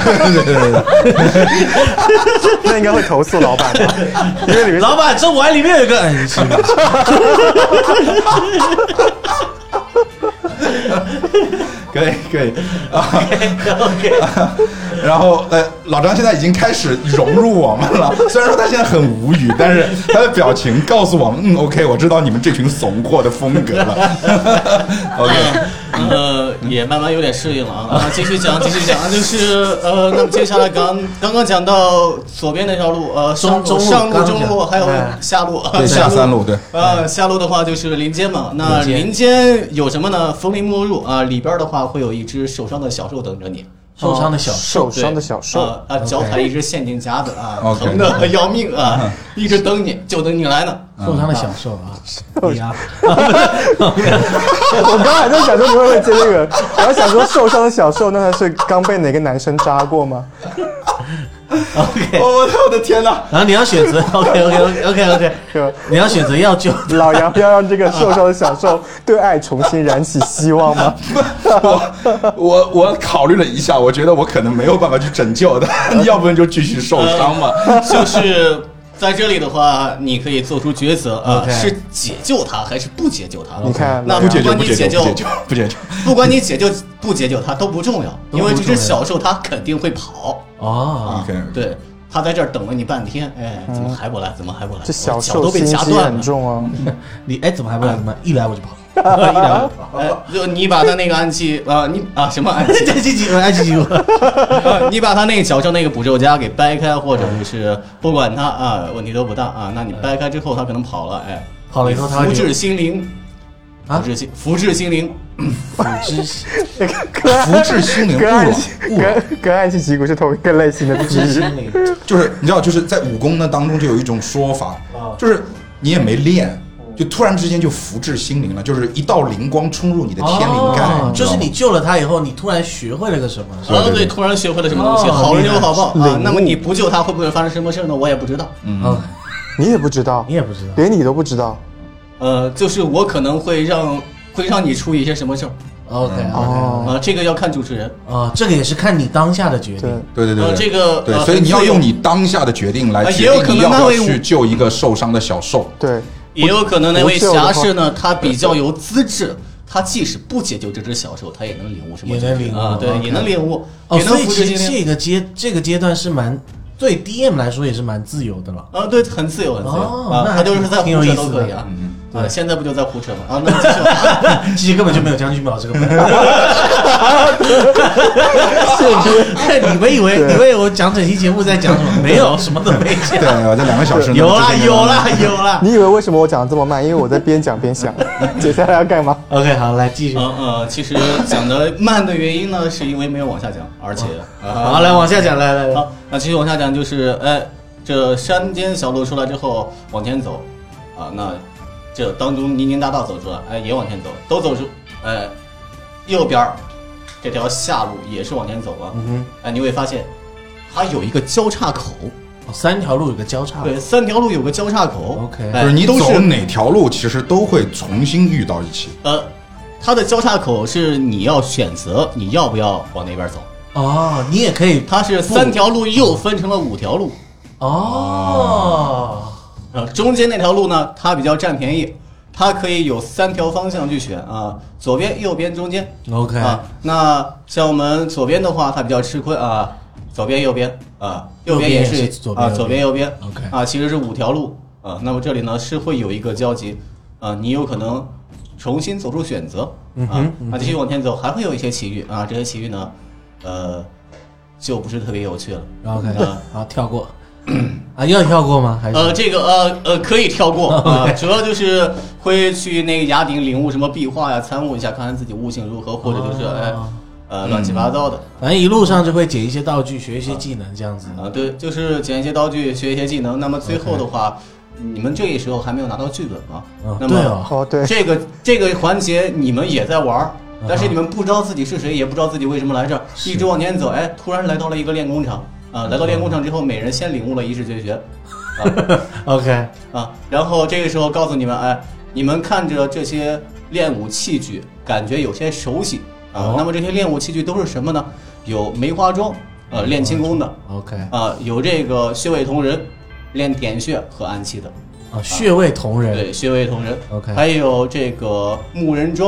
那应该会投诉老板吧？因为里面老板这碗里面有一个暗器击鼓。 可以，OK，然后老张现在已经开始融入我们了，虽然说他现在很无语，但是他的表情告诉我们，OK， 我知道你们这群怂货的风格了 ，OK，也慢慢有点适应了啊，继续讲，就是那么接下来刚刚讲到左边那条路，上路、中路还有下路， 对，下三路，对， 下路的话就是林间嘛，那林间有什么呢？风铃没入啊，里边的话会有一只受伤的小兽等着你。 受伤的小兽脚踩一只陷阱夹子啊，疼的要命啊，一直等你，就等你来呢。 受伤的小兽啊， 我刚还在想说你会不会接这个，我还想说受伤的小兽，那他是刚被哪个男生扎过吗 ？OK， 我的天哪！ 然后你要选择 OK， 你要选择要救老杨，要让这个受伤的小兽对爱重新燃起希望吗？ 我考虑了一下，我觉得我可能没有办法去拯救的，要不然就继续受伤嘛。 就是在这里的话，你可以做出抉择啊，是解救他还是不解救他？ 你看， 那不解救， 不管你解救不解救他都不重要，因为这只小兽它肯定会跑。 OK， 对，他在这儿等了你半天，怎么还不来？ 这小兽都被心机夹断了， 很重啊！ 你怎么还不来？怎么一来我就跑？ 就你把他那个什么安琪，你把他那个脚上那个捕兽夹给掰开，或者就是不管他问题都不大啊。那你掰开之后，他可能跑了， 跑了以后他福至心灵福至心灵， 跟爱惜旗鼓是同一个类型的词语。 就是你知道，就是在武功呢当中就有一种说法，就是你也没练。就突然之间就福至心灵了，就是一道灵光冲入你的天灵盖， 就是你救了他以后，你突然学会了个什么？ 对，突然学会了什么东西，好人有好报啊。那么你不救他，会不会发生什么事呢？我也不知道。 你也不知道，连你都不知道。 就是我可能会让你出一些什么事儿。 OK， 这个要看主持人这个也是看你当下的决定。 对， 这个对，所以你要用你当下的决定来决定你要不要去救一个受伤的小兽。 对。 也有可能那位侠士呢，他比较有资质，他即使不解救这只小兽，他也能领悟什么？ 也能领悟对，也能领悟。 所以其实这个阶段是对 DM 来说也是蛮自由的了。 对，很自由。他就是在胡扯都可以啊。现在不就在胡扯吗？那其实根本就没有将军宝这个本。你们以为我讲整期节目在讲什么？没有，什么都没讲。 对，我这2个小时有啦。 你以为为什么我讲的这么慢？因为我在边讲边想，接下来要干嘛 ？OK， 好，来继续。 其实讲的慢的原因呢，是因为没有往下讲，而且好，来往下讲，来。 好，那继续往下讲，就是这山间小路出来之后往前走那。这当中泥泞大道走出来，也往前走，都走出，右边这条下路也是往前走你会发现它有一个交叉口 ，3条路有个交叉口， 对，3条路有个交叉口 ，OK， 就是你走哪条路，其实都会重新遇到一起。 它的交叉口是你要选择你要不要往那边走你也可以， 它是3条路又分成了5条路中间那条路呢，它比较占便宜，它可以有3条方向去选左边、右边、中间。 OK 那像我们左边的话，它比较吃亏左边、右边右边也是左边、右边 OK 其实是5条路那么这里呢是会有一个交集你有可能重新做出选择继续往前走，还会有一些奇遇这些奇遇呢就不是特别有趣了。 OK 好，跳过。要跳过吗？还是这个可以跳过主要就是会去那个崖顶领悟什么壁画呀，参悟一下，看看自己悟性如何，或者就是乱七八糟的。 反正一路上就会捡一些道具，学一些技能，这样子对，就是捡一些道具，学一些技能。那么最后的话，你们这个时候还没有拿到剧本吗？那么对， 这个环节你们也在玩。但是你们不知道自己是谁，也不知道自己为什么来这儿，一直往前走，突然来到了一个练功场来到练功场之后，每人先领悟了1式绝学 OK 然后这个时候告诉你们，你们看着这些练武器具，感觉有些熟悉那么这些练武器具都是什么呢？有梅花桩练轻功的 OK 有这个穴位同人练点穴和暗器的穴位同人， 对，穴位同人 OK 还有这个木人桩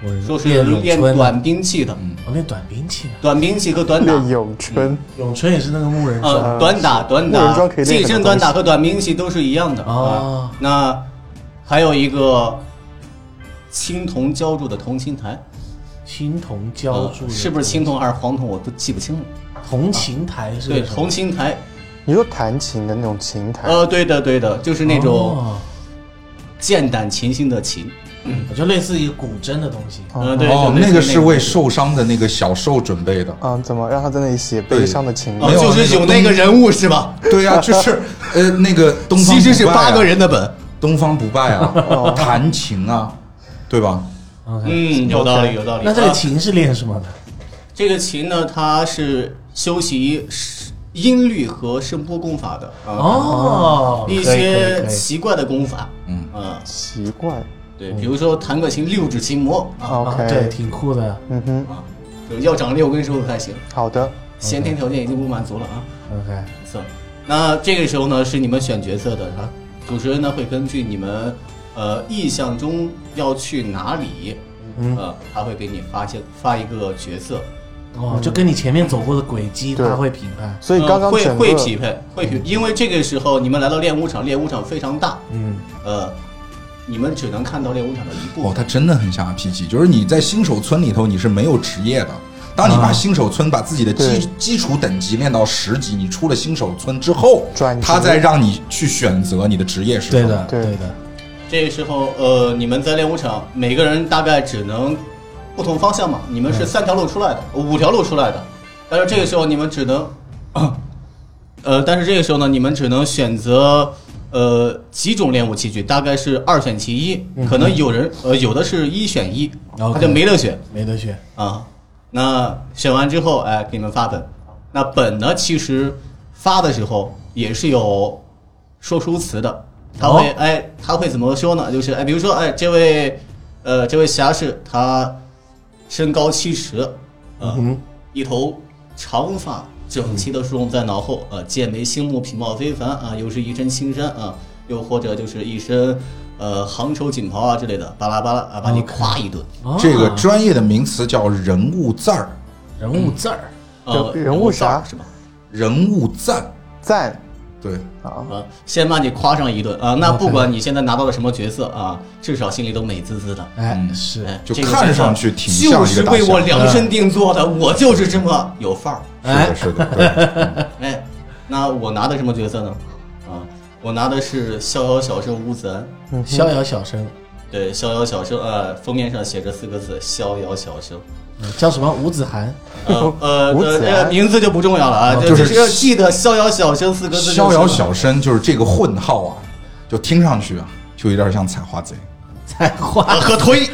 说是练短兵器的。 练短兵器啊， 短兵器和短打。 练咏春， 咏春也是那个木人桩。 短打、 木人桩可以练近身短打和短兵器都是一样的。哦，那还有一个青铜浇筑的铜琴台。 青铜浇筑是不是青铜还是黄铜，我都记不清了。 铜琴台是？ 对，铜琴台。 你说弹琴的那种琴台？ 对的，就是那种剑胆琴心的琴。 就类似一个古筝的东西。 对。 那个是为受伤的那个小兽准备的。 怎么让他在那里写悲伤的情？ 就是有那个人物是吧？ 对呀，就是那个东方， 其实是8个人的本。 东方不败啊，弹琴啊，对吧？ 有道理。 那这个琴是练什么的？ 这个琴呢，它是修习音律和声波功法的一些奇怪的功法。 奇怪。 对，比如说弹个琴6指琴魔。 OK， 对，挺酷的。 要长6根手指才行。 好的， 先天条件已经不满足了啊。 OK， 那这个时候呢，是你们选角色的，主持人呢会根据你们意向中要去哪里，他会给你发一个角色。 就跟你前面走过的轨迹，他会评判。 所以刚刚会匹配，因为这个时候你们来到练武场，练武场非常大。你们只能看到练武场的一部分。 它真的很像 RPG， 就是你在新手村里头你是没有职业的。当你把新手村把自己的基础等级练到10级，你出了新手村之后，他再让你去选择你的职业是什么。 对的。 这个时候你们在练武场，每个人大概只能不同方向嘛，你们是3条路出来的，5条路出来的，但是这个时候你们只能但是这个时候呢，你们只能选择几种练武器具，大概是2选其一，可能有的是1选1，他就没得选啊。那选完之后，给你们发本。那本呢，其实发的时候也是有说书词的，他会怎么说呢？就是比如说这位侠士他身高70，一头长发整齐的梳拢在脑后，剑眉星目，品貌非凡又是一身青衫又或者就是一身杭绸锦袍之类的，巴拉巴拉把你夸一顿。 这个专业的名词叫人物赞儿。 人物啥是吧？ 人物赞。对先把你夸上一顿那不管你现在拿到了什么角色至少心里都美滋滋的。 是， 就看上去挺像一个大侠， 就是为我量身定做的，我就是这么有范儿。是的。 那我拿的什么角色呢？我拿的是逍遥小生吴子安。 逍遥小生， 对，逍遥小生封面上写着4个字：逍遥小生。 叫什么？吴子涵。 名字就不重要了就是记得逍遥小生4个字。 逍遥小生就是这个混号就听上去就有点像采花贼。 采花和推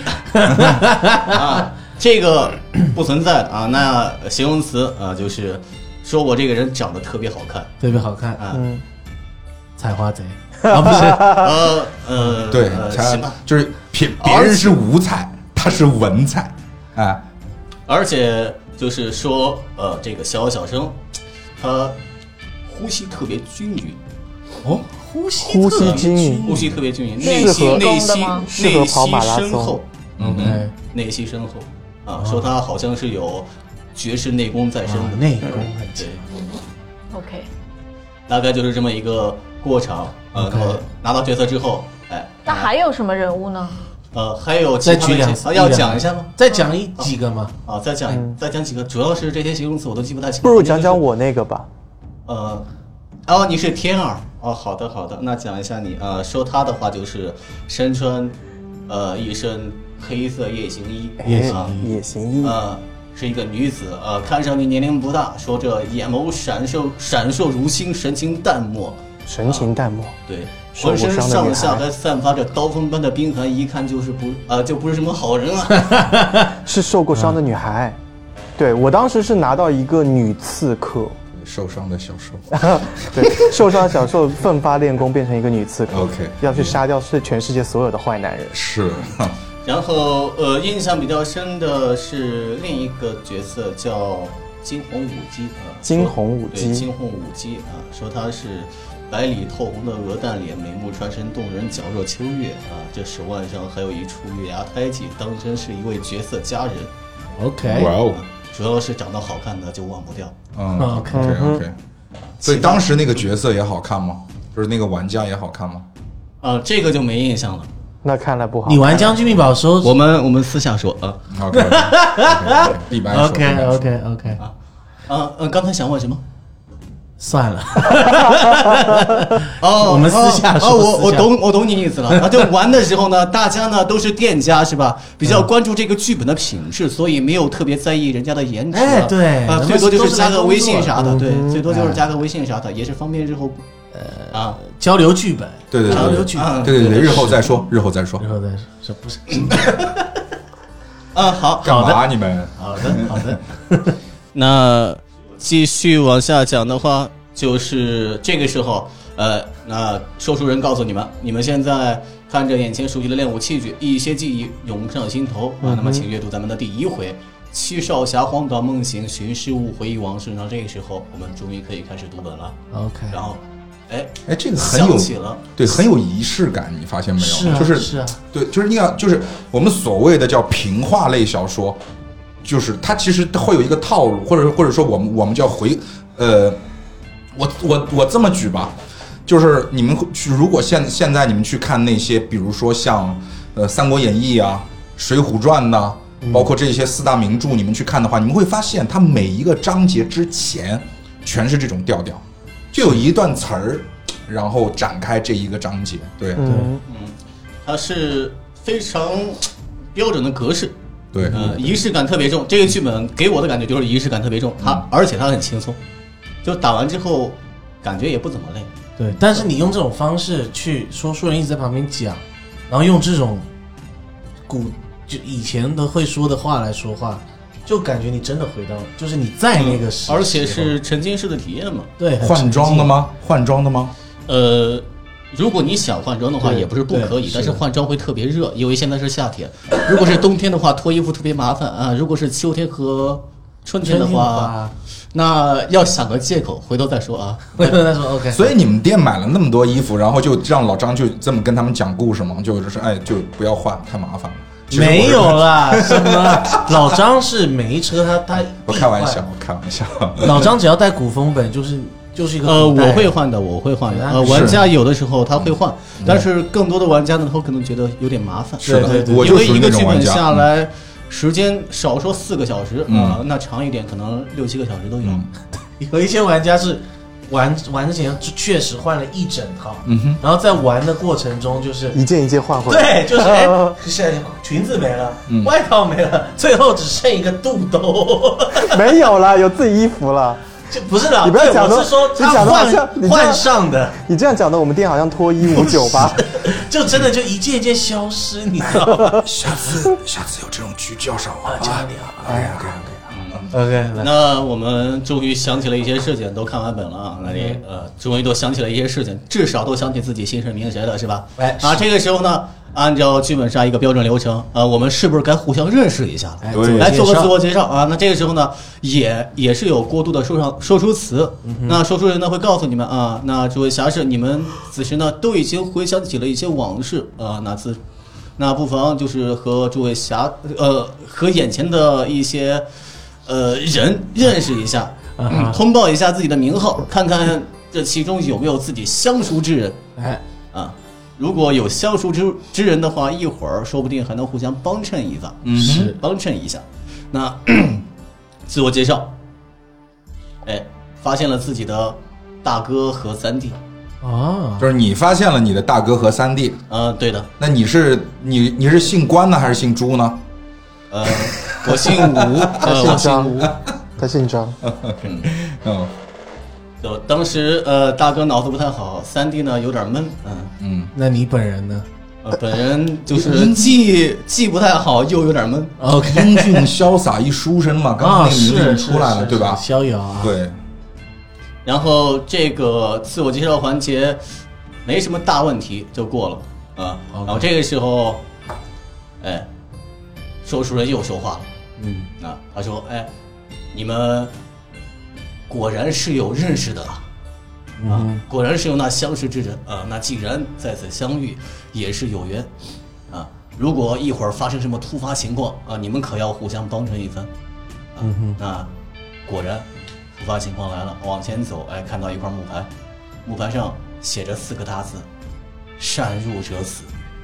这个不存在的那形容词就是说我这个人长得特别好看， 采花贼不是对，就是别人是五彩，他是文采而且就是说这个逍遥小生他呼吸特别均匀。 呼吸特别均匀， 适合跑马拉松。 内息深厚说他好像是有绝世内功在身的， 内功很强。 OK， 大概就是这么一个过程。拿到角色之后， 那还有什么人物呢？ 还有再举两要讲一下吗？ 再讲几个吗？ 再讲几个，主要是这些形容词我都记不太清。 不如讲讲我那个吧。 你是天儿好的，那讲一下你说他的话就是身穿一身黑色夜行衣， 夜行衣是一个女子看上去年龄不大，说这眼眸闪烁如星，神情淡漠，对，浑身上下还散发着刀锋般的冰寒，一看就是不是什么好人是受过伤的女孩。对，我当时是拿到一个女刺客。 受伤的小兽对，受伤的小兽奋发练功变成一个女刺客 OK， 要去杀掉全世界所有的坏男人。 是然后印象比较深的是另一个角色叫金红舞姬金红舞姬说他是白里透红的鹅蛋脸，美目传神动人，皎若秋月啊！这手腕上还有一处月牙胎记，当真是一位绝色佳人。 OK， 哇哦， 主要是长得好看的就忘不掉。 OK。所以当时那个角色也好看吗？就是那个玩家也好看吗？ 这个就没印象了。 那看来不好。 你玩将军密宝的时候， 我们私下说啊。 OK， 一般说。 OK。 刚才想问什么？ 算了。 我们私下说。 我懂你意思了。就玩的时候呢，大家呢都是店家是吧？比较关注这个剧本的品质，所以没有特别在意人家的颜值。 对。 最多就是加个微信啥的，对，最多就是加个微信啥的，也是方便日后交流剧本。 对， 交流剧本。 对，日后再说， 这不是。 好。 干嘛你们？ 好的。 那继续往下讲的话，就是这个时候，那说书人告诉你们，你们现在看着眼前熟悉的练武器具，一些记忆涌上心头啊。那么，请阅读咱们的第1回“七少侠荒岛梦醒，寻事物回忆往事”。那这个时候，我们终于可以开始读本了。 OK， 然后， 这个很有对，很有仪式感，你发现没有？ 是啊， 对，就是就是我们所谓的叫平话类小说。就是它其实会有一个套路，或者说我们叫我这么举吧，就是你们去如果现在你们去看那些，比如说像三国演义啊、水浒传呐，包括这些4大名著，你们去看的话，你们会发现它每一个章节之前全是这种调调，就有一段词儿，然后展开这一个章节。对， 它是非常标准的格式。 对， 仪式感特别重。这个剧本给我的感觉就是仪式感特别重，而且它很轻松，就打完之后感觉也不怎么累。 对，但是你用这种方式去说书人一直在旁边讲，然后用这种就以前的会说的话来说话，就感觉你真的回到，就是你在那个时， 而且是沉浸式的体验嘛。 对， 换装的吗？换装的吗？ 如果你想换装的话，也不是不可以，但是换装会特别热，因为现在是夏天。如果是冬天的话，脱衣服特别麻烦啊。如果是秋天和春天的话，那要想个借口，回头再说啊。 回头再说 ，OK。 所以你们店买了那么多衣服，然后就让老张就这么跟他们讲故事吗？就是就不要换，太麻烦了。 没有啦，什么老张是每一车他我开玩笑。 老张只要带古风本就是一个我会换的。玩家有的时候他会换，但是更多的玩家呢，他可能觉得有点麻烦。 是的， 因为一个剧本下来，时间少说4个小时那长一点可能6-7个小时都有。 有一些玩家是玩之前确实换了一整套，然后在玩的过程中就是一件一件换回来。 对，就是裙子没了，外套没了，最后只剩一个肚兜。 没有了，有自己衣服了。 就不是的， 你不要讲的， 我是说他换上的。 你这样讲的，我们店好像脱衣舞酒吧， 就真的就一件一件消失，你知道吗？ 下次有这种局叫上我， 叫你啊！哎呀 ，OK， 那我们终于想起了一些事情，都看完本了啊，那里终于都想起了一些事情，至少都想起自己心神明谁了，是吧？这个时候呢，按照剧本杀一个标准流程，我们是不是该互相认识一下了？来做个自我介绍啊。那这个时候呢，也是有过度的说出词。那说书人呢会告诉你们啊，那诸位侠士，你们此时呢都已经回想起了一些往事啊，那不妨就是和诸位和眼前的一些人认识一下，通报一下自己的名号，看看这其中有没有自己相熟之人。如果有相熟之人的话，一会儿说不定还能互相帮衬一下。帮衬一下。那自我介绍，发现了自己的大哥和三弟。 就是你发现了你的大哥和三弟。 对的。 那你是姓关呢，还是姓朱呢？ 我姓吴， 他姓张，他姓张。 就当时大哥脑子不太好，三弟呢有点闷。 那你本人呢？ 本人就是既不太好，又有点闷。 英俊潇洒一书生嘛，刚刚那个名字出来了，对吧？ 逍遥啊。 对。 然后这个自我介绍环节没什么大问题就过了然后这个时候，说书人又说话了。他说：“你们果然是有认识的了。” 果然是有那相识之人啊。那既然在此相遇，也是有缘啊。如果一会儿发生什么突发情况啊，你们可要互相帮衬一番啊。那果然突发情况来了，往前走，哎，看到一块木牌，木牌上写着4个大字：擅入者死。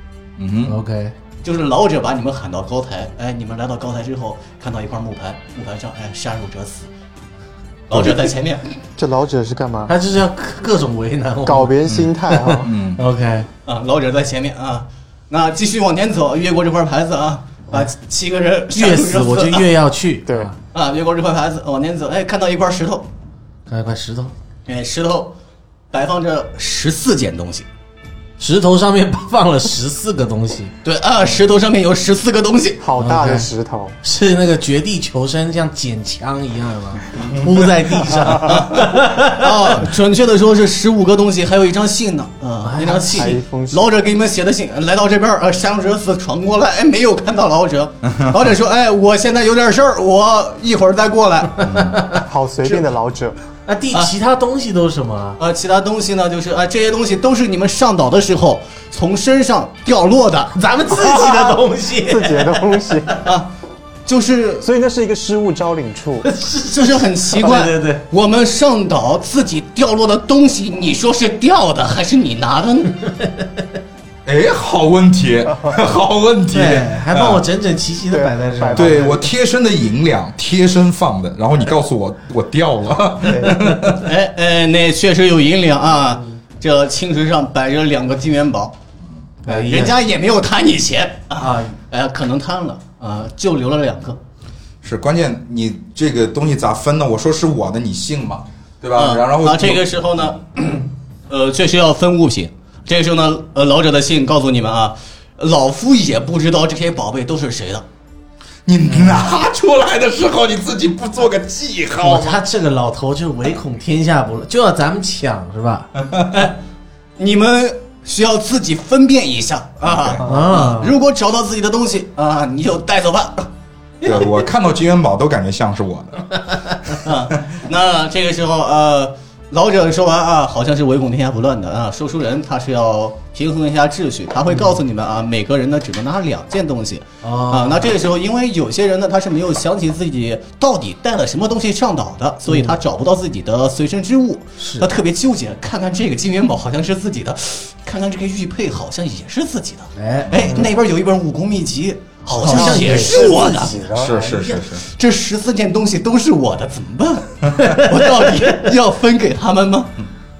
OK， 就是老者把你们喊到高台，哎，你们来到高台之后，看到一块木牌，木牌上哎，擅入者死。老者在前面， 这老者是干嘛？ 他就是要各种为难我们， 搞别人心态啊。 OK 啊，老者在前面啊，那继续往前走，越过这块牌子啊，把7个人越死我就越要去， 对啊，越过这块牌子往前走，哎，看到一块石头， 看一块石头， 哎，石头摆放着14件东西。 石头上面放了14个东西， 对啊，石头上面有14个东西， 好大的石头， 是那个绝地求生像捡枪一样的吗？铺在地上啊，准确的说是15个东西，还有一张信呢啊，一张信还一封，信老者给你们写的信，来到这边擅入者死闯过来，哎，没有看到老者，老者说，哎，我现在有点事儿，我一会儿再过来。 好随便的老者。 那其他东西都是什么啊？ 其他东西呢，就是这些东西都是你们上岛的时候从身上掉落的， 咱们自己的东西， 自己的东西啊，就是所以那是一个失物招领处， 就是很奇怪， 对， 我们上岛自己掉落的东西，你说是掉的还是你拿的呢？ 哎，好问题，好问题， 对，还帮我整整齐齐的摆在这儿。 对我贴身的银两，贴身放的，然后你告诉我掉了。 那确实有银两啊，这青石上摆着2个金元宝，人家也没有贪你钱啊，可能贪了啊，就留了2个。 是关键，你这个东西咋分呢？我说是我的，你信吗？对吧？然后这个时候呢，确实要分物品。这个时候呢，老者的信告诉你们啊，老夫也不知道这些宝贝都是谁的。 你拿出来的时候，你自己不做个记号？ 他这个老头就唯恐天下不乱，就要咱们抢是吧？ 你们需要自己分辨一下啊。如果找到自己的东西啊，你就带走吧。 对，我看到金元宝都感觉像是我的。 那这个时候老者说完啊，好像是唯恐天下不乱的啊。说书人他是要平衡一下秩序，他会告诉你们啊，每个人呢只能拿2件东西啊。那这个时候，因为有些人呢他是没有想起自己到底带了什么东西上岛的，所以他找不到自己的随身之物，他特别纠结，看看这个金元宝好像是自己的，看看这个玉佩好像也是自己的，那边有一本武功秘籍。好像也是我的， 是， 这14件东西都是我的，怎么办？我到底要分给他们吗？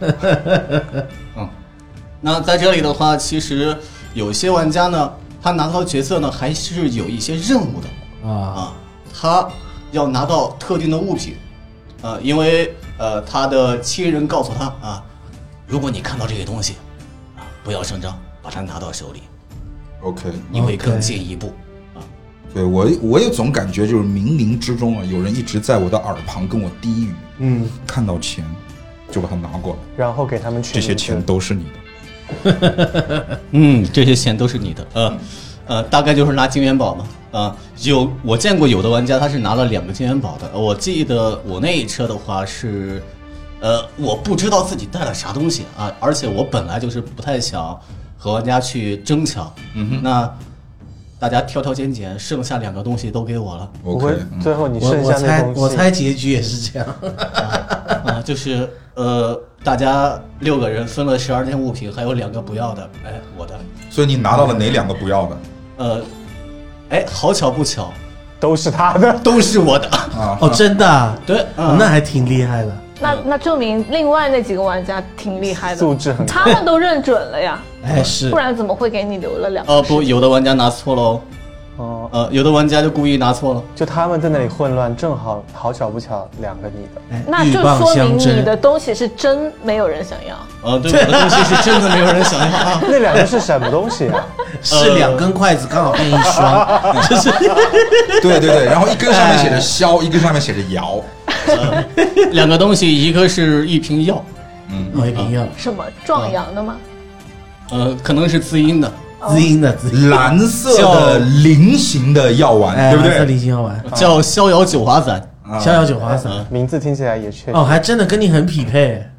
那在这里的话，其实有些玩家呢，他拿到角色呢，还是有一些任务的他要拿到特定的物品因为他的亲人告诉他如果你看到这些东西不要声张，把它拿到手里 ，OK， 你会更进一步。 对我有种感觉，就是冥冥之中有人一直在我的耳旁跟我低语，看到钱就把它拿过来， 然后给他们这些钱都是你的，这些钱都是你的，大概就是拿金元宝嘛，我见过有的玩家他是拿了2个金元宝的，我记得我那一车的话是，我不知道自己带了啥东西而且我本来就是不太想和玩家去争抢，那。大家挑挑拣拣，剩下2个东西都给我了。 不会，最后你剩下那东西， 我猜结局也是这样。 就是大家6个人分了12件物品，还有2个不要的，我的。 所以你拿到了哪2个不要的？好巧不巧， 都是他的， 都是我的真的啊？ 对， 那还挺厉害的。 那证明另外那几个玩家挺厉害的， 素质很高， 他们都认准了呀。 是， 不然怎么会给你留了2个？ 不，有的玩家拿错了有的玩家就故意拿错了， 就他们在那里混乱，正好好巧不巧2个你的， 那就说明你的东西是真没有人想要。 对，我的东西是真的没有人想要那2个是什么东西啊？ 是2根筷子刚好变1双，就是对，然后一根上面写着削，一根上面写着摇 ，2个东西，一个是一瓶药， 一瓶药， 什么壮阳的吗？ 可能是滋阴的。 蓝色的菱形的药丸，对不对？ 蓝色菱形药丸叫逍遥九华散， 逍遥九华散， 名字听起来也确实还真的跟你很匹配。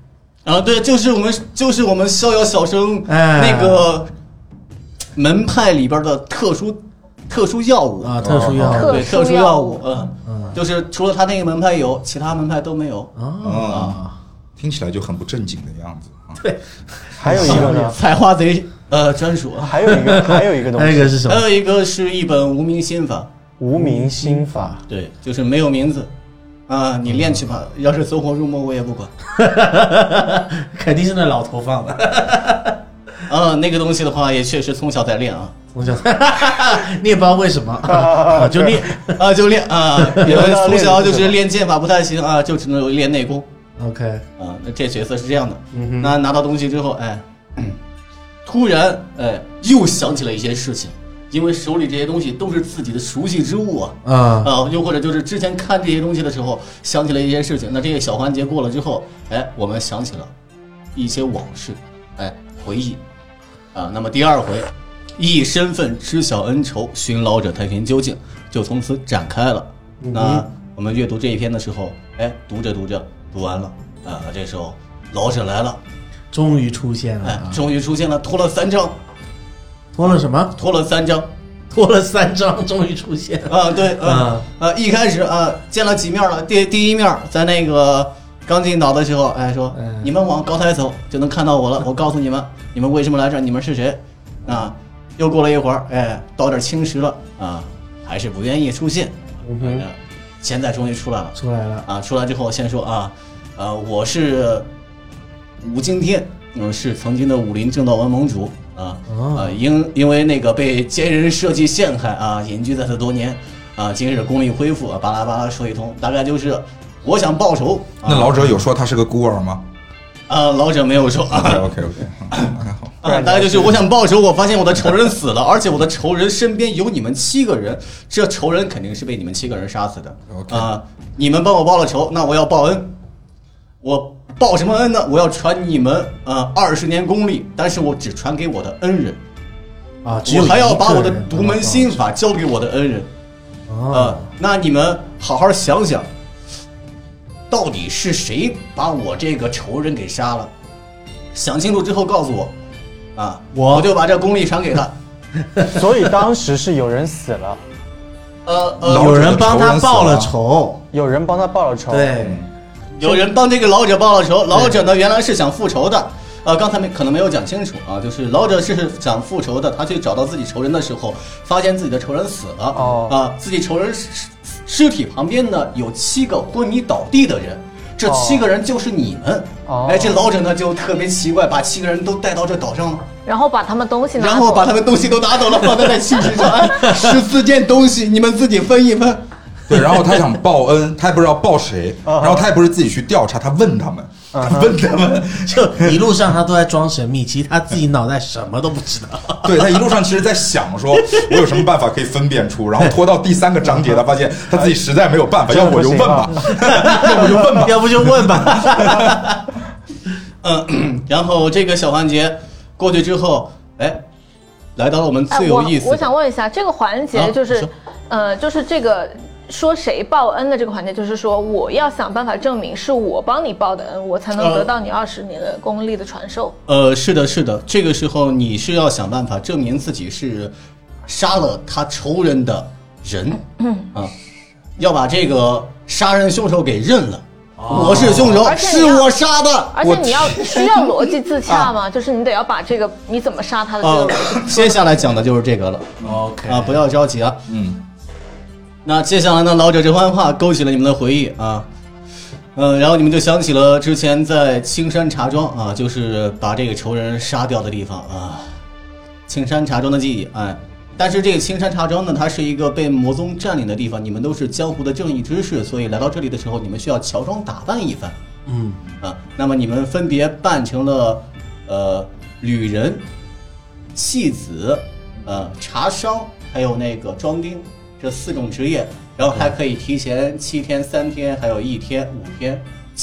啊，对，就是我们逍遥小生那个门派里边的特殊药物啊，特殊药物， 对，特殊药物，就是除了他那个门派有，其他门派都没有啊。 听起来就很不正经的样子。 对， 还有一个呢， 采花贼专属。 还有一个东西， 还有一个是什么？ 还有一个是一本无名心法。 无名心法， 对，就是没有名字啊，你练去吧。要是走火入魔，我也不管。 肯定是那老头放的。 那个东西的话，也确实从小在练啊。 从小，你也不知道为什么就练就练啊。因为从小就是练剑法不太行啊，就只能练内功。 OK 那这角色是这样的。那拿到东西之后，突然又想起了一些事情，因为手里这些东西都是自己的熟悉之物又或者就是之前看这些东西的时候想起了一些事情。那这个小环节过了之后，我们想起了一些往事，回忆那么第二回以身份知晓恩仇，寻老者探寻究竟，就从此展开了。那我们阅读这一篇的时候，读着读完了这时候老者来了， 终于出现了， 终于出现了，拖了3章， 拖了什么？ 拖了3章， 拖了3章，终于出现了对一开始见了几面了，第一面在那个刚进岛的时候，说你们往高台走就能看到我了，我告诉你们，你们为什么来这儿，你们是谁又过了一会儿，到这儿青石了还是不愿意出现。现在终于出来了出来之后先说我是吴惊天，是曾经的武林正道文盟主因为那个被奸人设计陷害隐居在此多年今日功力恢复巴拉巴拉说一通，大概就是我想报仇。 那老者有说他是个孤儿吗？ 老者没有说。 OK 好。 大概就是我想报仇，我发现我的仇人死了，而且我的仇人身边有你们7个人，这仇人肯定是被你们7个人杀死的。你们帮我报了仇，那我要报恩。我报什么恩呢？我要传你们20年功力，但是我只传给我的恩人我还要把我的独门心法交给我的恩人那你们好好想想，到底是谁把我这个仇人给杀了？想清楚之后告诉我我就把这功力传给他。 所以当时是有人死了， 有人帮他报了仇， 对， 有人帮这个老者报了仇。老者呢原来是想复仇的，刚才可能没有讲清楚就是老者是想复仇的，他去找到自己仇人的时候，发现自己的仇人死了自己仇人尸体旁边呢有7个昏迷倒地的人，这7个人就是你们这老者呢就特别奇怪，把7个人都带到这岛上了， 然后把他们东西拿走， 然后把他们东西都拿走了，放在那青石上14件东西，你们自己分一分。 对，然后他想报恩，他也不知道报谁，然后他也不是自己去调查，他问他们， 就一路上他都在装神秘，其实他自己脑袋什么都不知道。 对，他一路上其实在想说，我有什么办法可以分辨出，然后拖到第3个章节，他发现他自己实在没有办法，要不我就问吧， 要不就问吧。 然后这个小环节过去之后，来到了我们最有意思的。 我想问一下，这个环节就是，就是这个说谁报恩的这个环节，就是说我要想办法证明是我帮你报的恩，我才能得到你20年的功力的传授。 是的，是的，这个时候你是要想办法证明自己是杀了他仇人的人，要把这个杀人凶手给认了。我是凶手，是我杀的。 而且你需要逻辑自洽吗？就是你得要把这个你怎么杀他的这个逻辑。 接下来讲的就是这个了。 OK 不要着急那接下来呢，老者这番话勾起了你们的回忆然后你们就想起了之前在青山茶庄就是把这个仇人杀掉的地方青山茶庄的记忆但是这个青山茶庄呢，它是一个被魔宗占领的地方，你们都是江湖的正义之士，所以来到这里的时候，你们需要乔装打扮一番。那么你们分别扮成了旅人、戏子、茶商，还有那个庄丁这4种职业，然后还可以提前7天、3天，还有1天、5天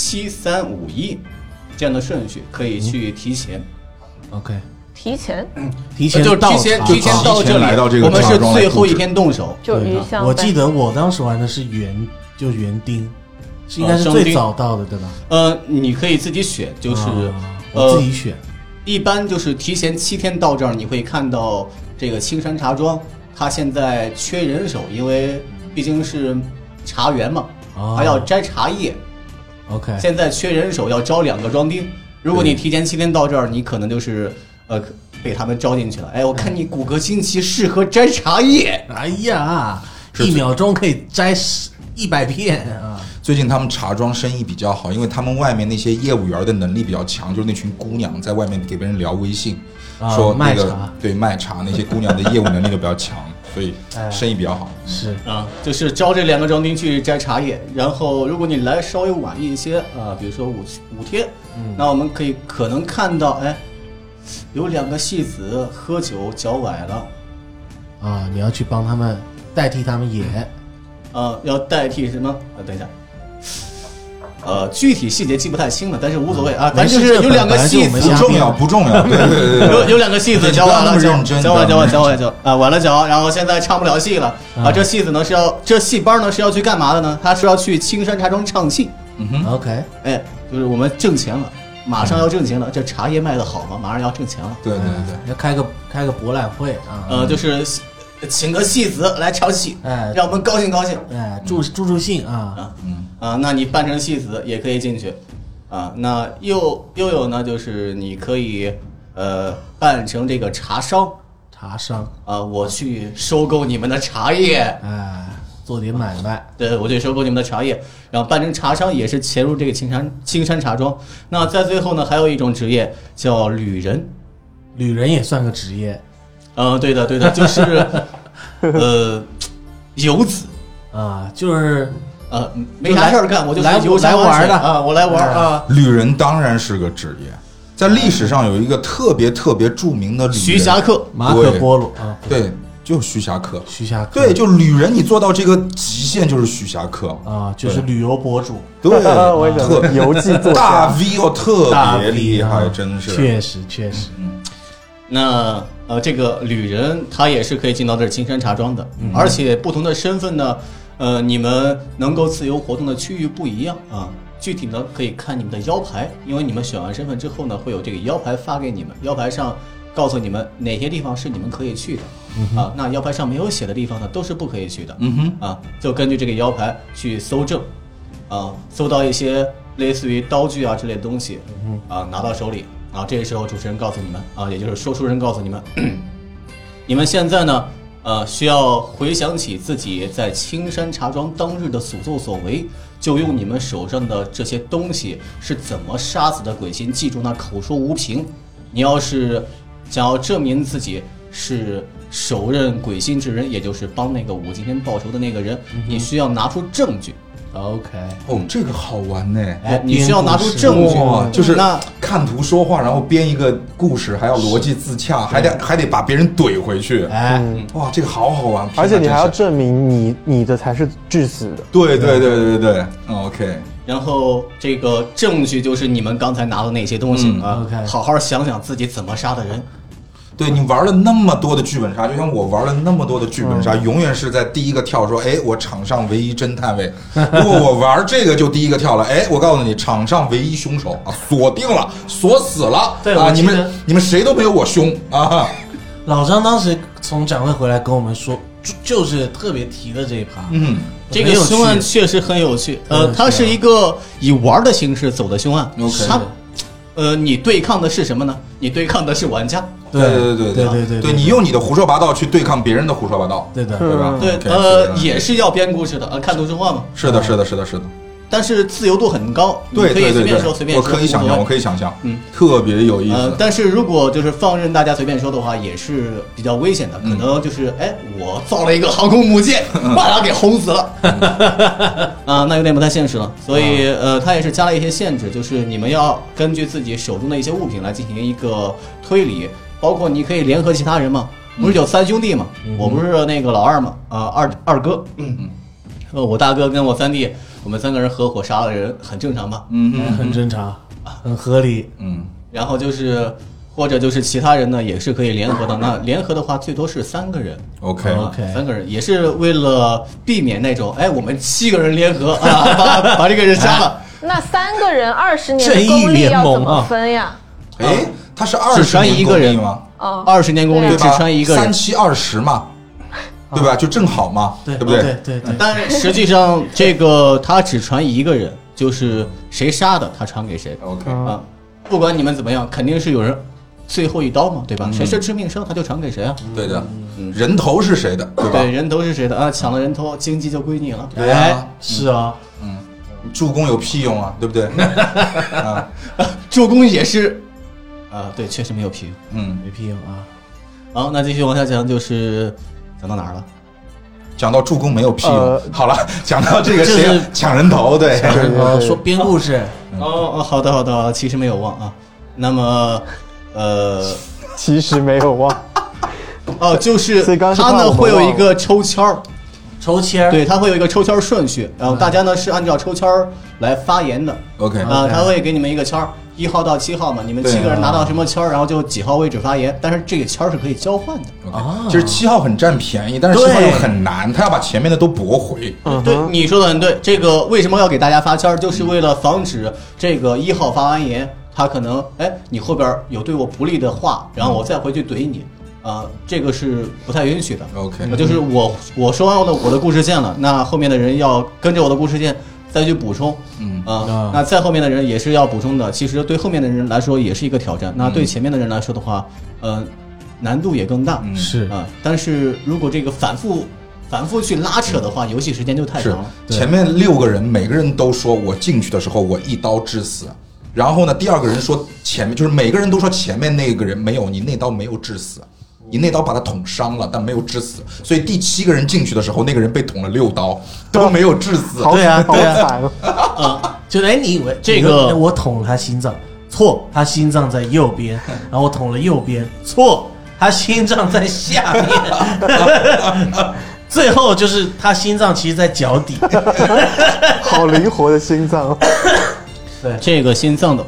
，7、3、5、1这样的顺序可以去提前。 OK。 提前就是提前到这里，我们是最后一天动手。 就鱼香。 我记得我当时玩的是园丁， 是应该是最早到的，对吧？ 你可以自己选，就是我自己选。 一般就是提前7天到这儿，你会看到这个青山茶庄，它现在缺人手，因为毕竟是茶园嘛，还要摘茶叶。 OK， 现在缺人手，要招2个庄丁。如果你提前7天到这儿，你可能就是被他们招进去了。哎，我看你骨骼惊奇，适合摘茶叶。 哎呀，1秒钟可以摘100片啊！ 最近他们茶庄生意比较好，因为他们外面那些业务员的能力比较强，就是那群姑娘在外面给别人聊微信，说那个卖茶那些姑娘的业务能力都比较强，所以生意比较好。 是啊，就是招这2个庄丁去摘茶叶，然后如果你来稍微晚一些比如说5天，那我们可能看到，哎，有2个戏子喝酒脚崴了， 啊，你要去帮他们代替他们演， 要代替什么？等一下。具体细节记不太清了，但是无所谓啊，反正就是有2个戏子， 不重要，对， 有2个戏子脚崴了，崴了脚，然后现在唱不了戏了啊。这戏子呢这戏班呢是要去干嘛的呢？他是要去青山茶庄唱戏。 OK， 哎，就是我们挣钱了，马上要挣钱了，这茶叶卖的好嘛，马上要挣钱了。 对， 要开个博览会啊， 就是请个戏子来唱戏，让我们高兴高兴， 助兴那你扮成戏子也可以进去，那又有呢，就是你可以扮成这个茶商我去收购你们的茶叶， 做点买卖， 对，我去收购你们的茶叶，然后扮成茶商也是潜入这个青山茶庄。那在最后呢，还有一种职业叫旅人， 旅人也算个职业， 对的，就是游子就是没啥事儿干，我就来玩的我来玩旅人当然是个职业，在历史上有一个特别著名的旅人徐霞客、 马可波罗对，就是徐霞客。 对， 就旅人，你做到这个极限就是徐霞客就是旅游博主。 对， 我也特游记作家大 V 特别厉害，真是。 确实。 那这个旅人他也是可以进到这青山茶庄的，而且不同的身份呢，你们能够自由活动的区域不一样啊。具体呢可以看你们的腰牌，因为你们选完身份之后呢，会有这个腰牌发给你们，腰牌上告诉你们哪些地方是你们可以去的，那腰牌上没有写的地方呢，都是不可以去的，就根据这个腰牌去搜证，搜到一些类似于刀具之类的东西，拿到手里，这个时候主持人告诉你们，也就是说书人告诉你们，你们现在呢，需要回想起自己在青山茶庄当日的所作所为，就用你们手上的这些东西是怎么杀死的鬼心，记住那口说无凭。你要是想要证明自己是手刃鬼心之人，也就是帮那个武金天报仇的那个人，你需要拿出证据。 OK， 这个好玩呢。 你需要拿出证据， 就是看图说话，然后编一个故事，还要逻辑自洽，还得把别人怼回去。哇，这个好好玩， 而且你还要证明你的才是致死的。 对，OK。 然后这个证据就是你们刚才拿的那些东西好好想想自己怎么杀的人。 对，你玩了那么多的剧本杀，就像我玩了那么多的剧本杀，永远是在第一个跳说，我场上唯一侦探位。如果我玩这个就第一个跳了，我告诉你，场上唯一凶手锁定了，锁死了。 对你们谁都没有我凶啊！ 老张当时从展会回来跟我们说，就是特别提的这一趴。 这个凶案确实很有趣。它是一个以玩的形式走的凶案。你对抗的是什么呢？你对抗的是玩家。 对，你用你的胡说八道去对抗别人的胡说八道， 对吧？ 对，也是要编故事的，看图说话嘛。 是的。 但是自由度很高， 对， 可以随便说，随便说。 我可以想象，特别有意思。 但是如果就是放任大家随便说的话，也是比较危险的，可能就是我造了一个航空母舰，把他给轰死了，那有点不太现实了。所以他也是加了一些限制，就是你们要根据自己手中的一些物品来进行一个推理，包括你可以联合其他人嘛，不是有3兄弟嘛，我不是那个老二嘛，二哥，我大哥跟我3弟。我们3个人合伙杀了人，很正常吧？ 很正常，很合理。 然后就是或者就是其他人呢也是可以联合的。那联合的话，最多是3个人。 OK， 3个人也是为了避免那种，我们7个人联合啊，把这个人杀了。 那3个人20年的功力要怎么分呀？ 他是20年一个人吗 ？20年功力只穿一个人 ，3、7、20嘛，对吧？就正好嘛，对不对？ 对。 但实际上这个他只传一个人，就是谁杀的他传给谁。 OK 啊，不管你们怎么样，肯定是有人最后一刀嘛，对吧？谁是致命伤，他就传给谁啊？ 对的，人头是谁的，对吧？ 对，人头是谁的啊？抢了人头，经济就归你了。 是啊， 助攻有屁用啊，对不对？啊， 助攻也是，对，确实没有屁用， 没屁用啊。 好，那继续往下讲，就是讲到哪儿了？ 讲到助攻没有屁用。好了，讲到这个谁抢人头，对， 说编故事。 好的，其实没有忘啊。那么， 其实没有忘。 就是他呢会有一个抽签儿，对，他会有一个抽签顺序，然后大家呢是按照抽签来发言的。 OK 他会给你们一个签儿，1号到7号嘛，你们7个人拿到什么签儿，然后就几号位置发言，但是这个签儿是可以交换的。 其实7号很占便宜，但是7号又很难，他要把前面的都驳回。 对，你说的很对。这个为什么要给大家发签儿，就是为了防止这个1号发完言，他可能你后边有对我不利的话，然后我再回去怼你。这个是不太允许的。 OK， 就是我说完我的故事线了，那后面的人要跟着我的故事线再去补充。那再后面的人也是要补充的。其实对后面的人来说也是一个挑战，那对前面的人来说的话，难度也更大。 是但是如果这个反复去拉扯的话，游戏时间就太长了。 前面6个人每个人都说我进去的时候我一刀致死，然后呢第2个人说前面，就是每个人都说前面那个人没有，你那刀没有致死，你那刀把他捅伤了，但没有致死，所以第7个人进去的时候，那个人被捅了6刀，都没有致死。 对啊，就你以为这个我捅了他心脏，错，他心脏在右边，然后我捅了右边，错，他心脏在下面，最后就是他心脏其实在脚底， 好灵活的心脏。 对， 这个心脏的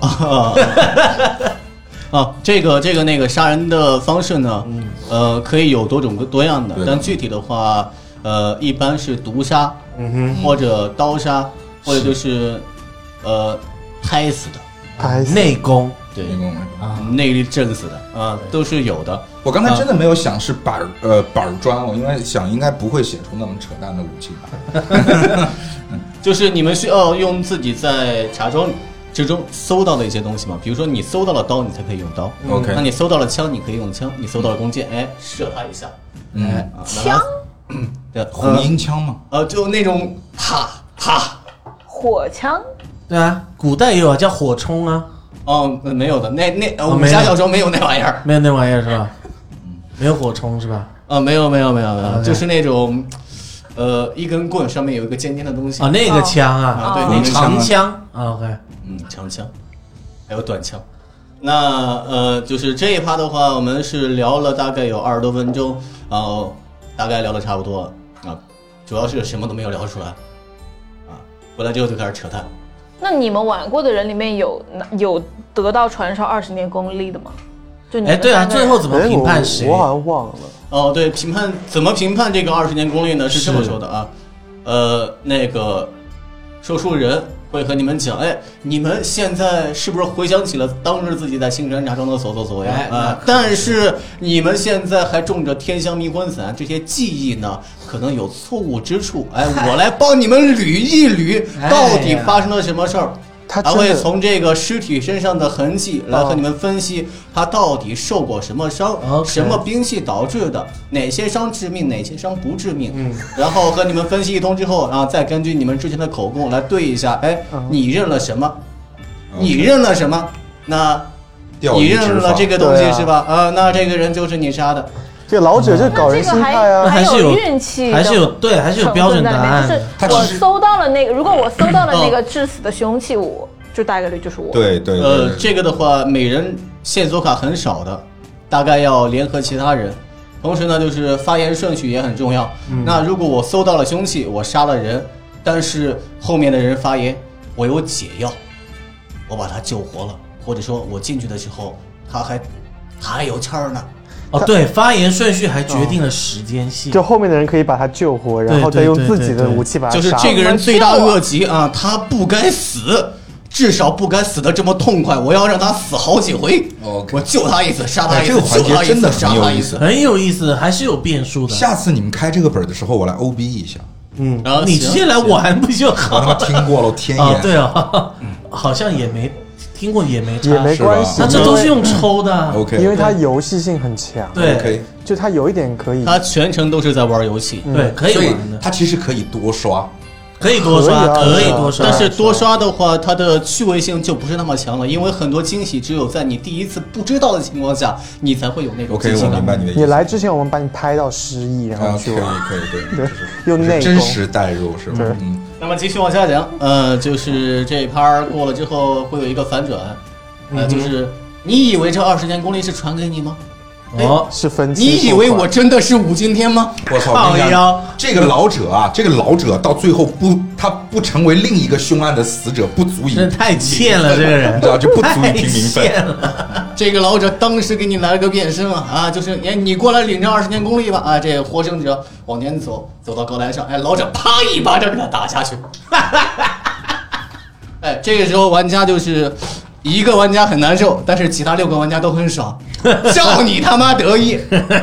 这个那个杀人的方式呢，可以有多种多样的，但具体的话，一般是毒杀，或者刀杀，或者就是拍死的， 内功， 对，内力震死的都是有的。 我刚才真的没有想是板砖，我应该不会写出那么扯淡的武器吧。 就是你们需要用自己在茶庄之中搜到的一些东西嘛，比如说你搜到了刀，你才可以用刀。 OK， 那你搜到了枪，你可以用枪；你搜到了弓箭，射他一下。 枪， 对， 红缨枪嘛。 就那种啪啪。 火枪。 对啊，古代也有叫火冲啊。 没有的，武侠小说没有那玩意儿， 没有那玩意儿是吧？没有火冲是吧？ 没有，就是那种。一根棍上面有一个尖尖的东西那个枪啊， 对，那个长枪，OK， 长枪，还有短枪。那就是这一趴的话，我们是聊了大概有20多分钟，然后大概聊的差不多主要是什么都没有聊出来回来之后就开始扯淡。 那你们玩过的人里面有得到传授20年功力的吗？就你对啊，最后怎么评判谁？ 我好像忘了。 对，怎么评判这个20年功力呢？是这么说的啊，那个说书人会和你们讲，你们现在是不是回想起了当日自己在青山茶庄的所作所为但是你们现在还中着天香迷魂散，这些记忆呢可能有错误之处，我来帮你们捋一捋，到底发生了什么事儿。他会从这个尸体身上的痕迹来和你们分析他到底受过什么伤，什么兵器导致的，哪些伤致命，哪些伤不致命，然后和你们分析一通之后，然后再根据你们之前的口供来对一下，你认了什么，你认了什么，那你认了这个东西是吧？那这个人就是你杀的。 这个老者就搞人心态啊， 还有运气， 还是有标准答案。 就是我搜到了那个，如果我搜到了那个致死的凶器，我就大概率就是我。 对， 这个的话，每人线索卡很少的，大概要联合其他人。同时呢，就是发言顺序也很重要。那如果我搜到了凶器，我杀了人，但是后面的人发言，我有解药，我把他救活了，或者说我进去的时候他还还有气儿呢。 哦，对，发言顺序还决定了时间性， 就后面的人可以把他救活，然后再用自己的武器把他杀了。 就是这个人罪大恶极啊，他不该死，至少不该死得这么痛快。我要让他死好几回。我救他一次，杀他一次， 这个环节真的很有意思， 很有意思，还是有变数的。 下次你们开这个本的时候，我来 OB 一下。 然后你直接来玩不就好？ 我他妈听过了，天眼。 对啊，好像也没听过，也没关系。 那这都是用抽的 ，OK， 因为它游戏性很强。 对， 就它有一点可以， 他全程都是在玩游戏， 对，可以玩的。 他其实可以多刷。 可以多刷，可以多刷， 但是多刷的话，它的趣味性就不是那么强了，因为很多惊喜只有在你第一次不知道的情况下，你才会有那种惊喜感。 我明白你的意思。 你来之前，我们把你拍到失忆，然后去玩， 可以，对， 用内真实代入是吧？ 对， 那么继续往下讲，就是这一趴过了之后会有一个反转，就是你以为这20年功力是传给你吗？ 是分期。 你以为我真的是武惊天吗？ 我操！这个老者啊，到最后他不成为另一个凶案的死者，不足以。 真的太欠了，这个人， 你知道就不足以平名分。 这个老者当时给你来了个变身啊，就是你过来领着20年功力吧啊！这活生者往前走到高台上，老者啪一巴掌给他打下去。这个时候玩家就是一个玩家很难受，但是其他6个玩家都很爽。叫你他妈得意，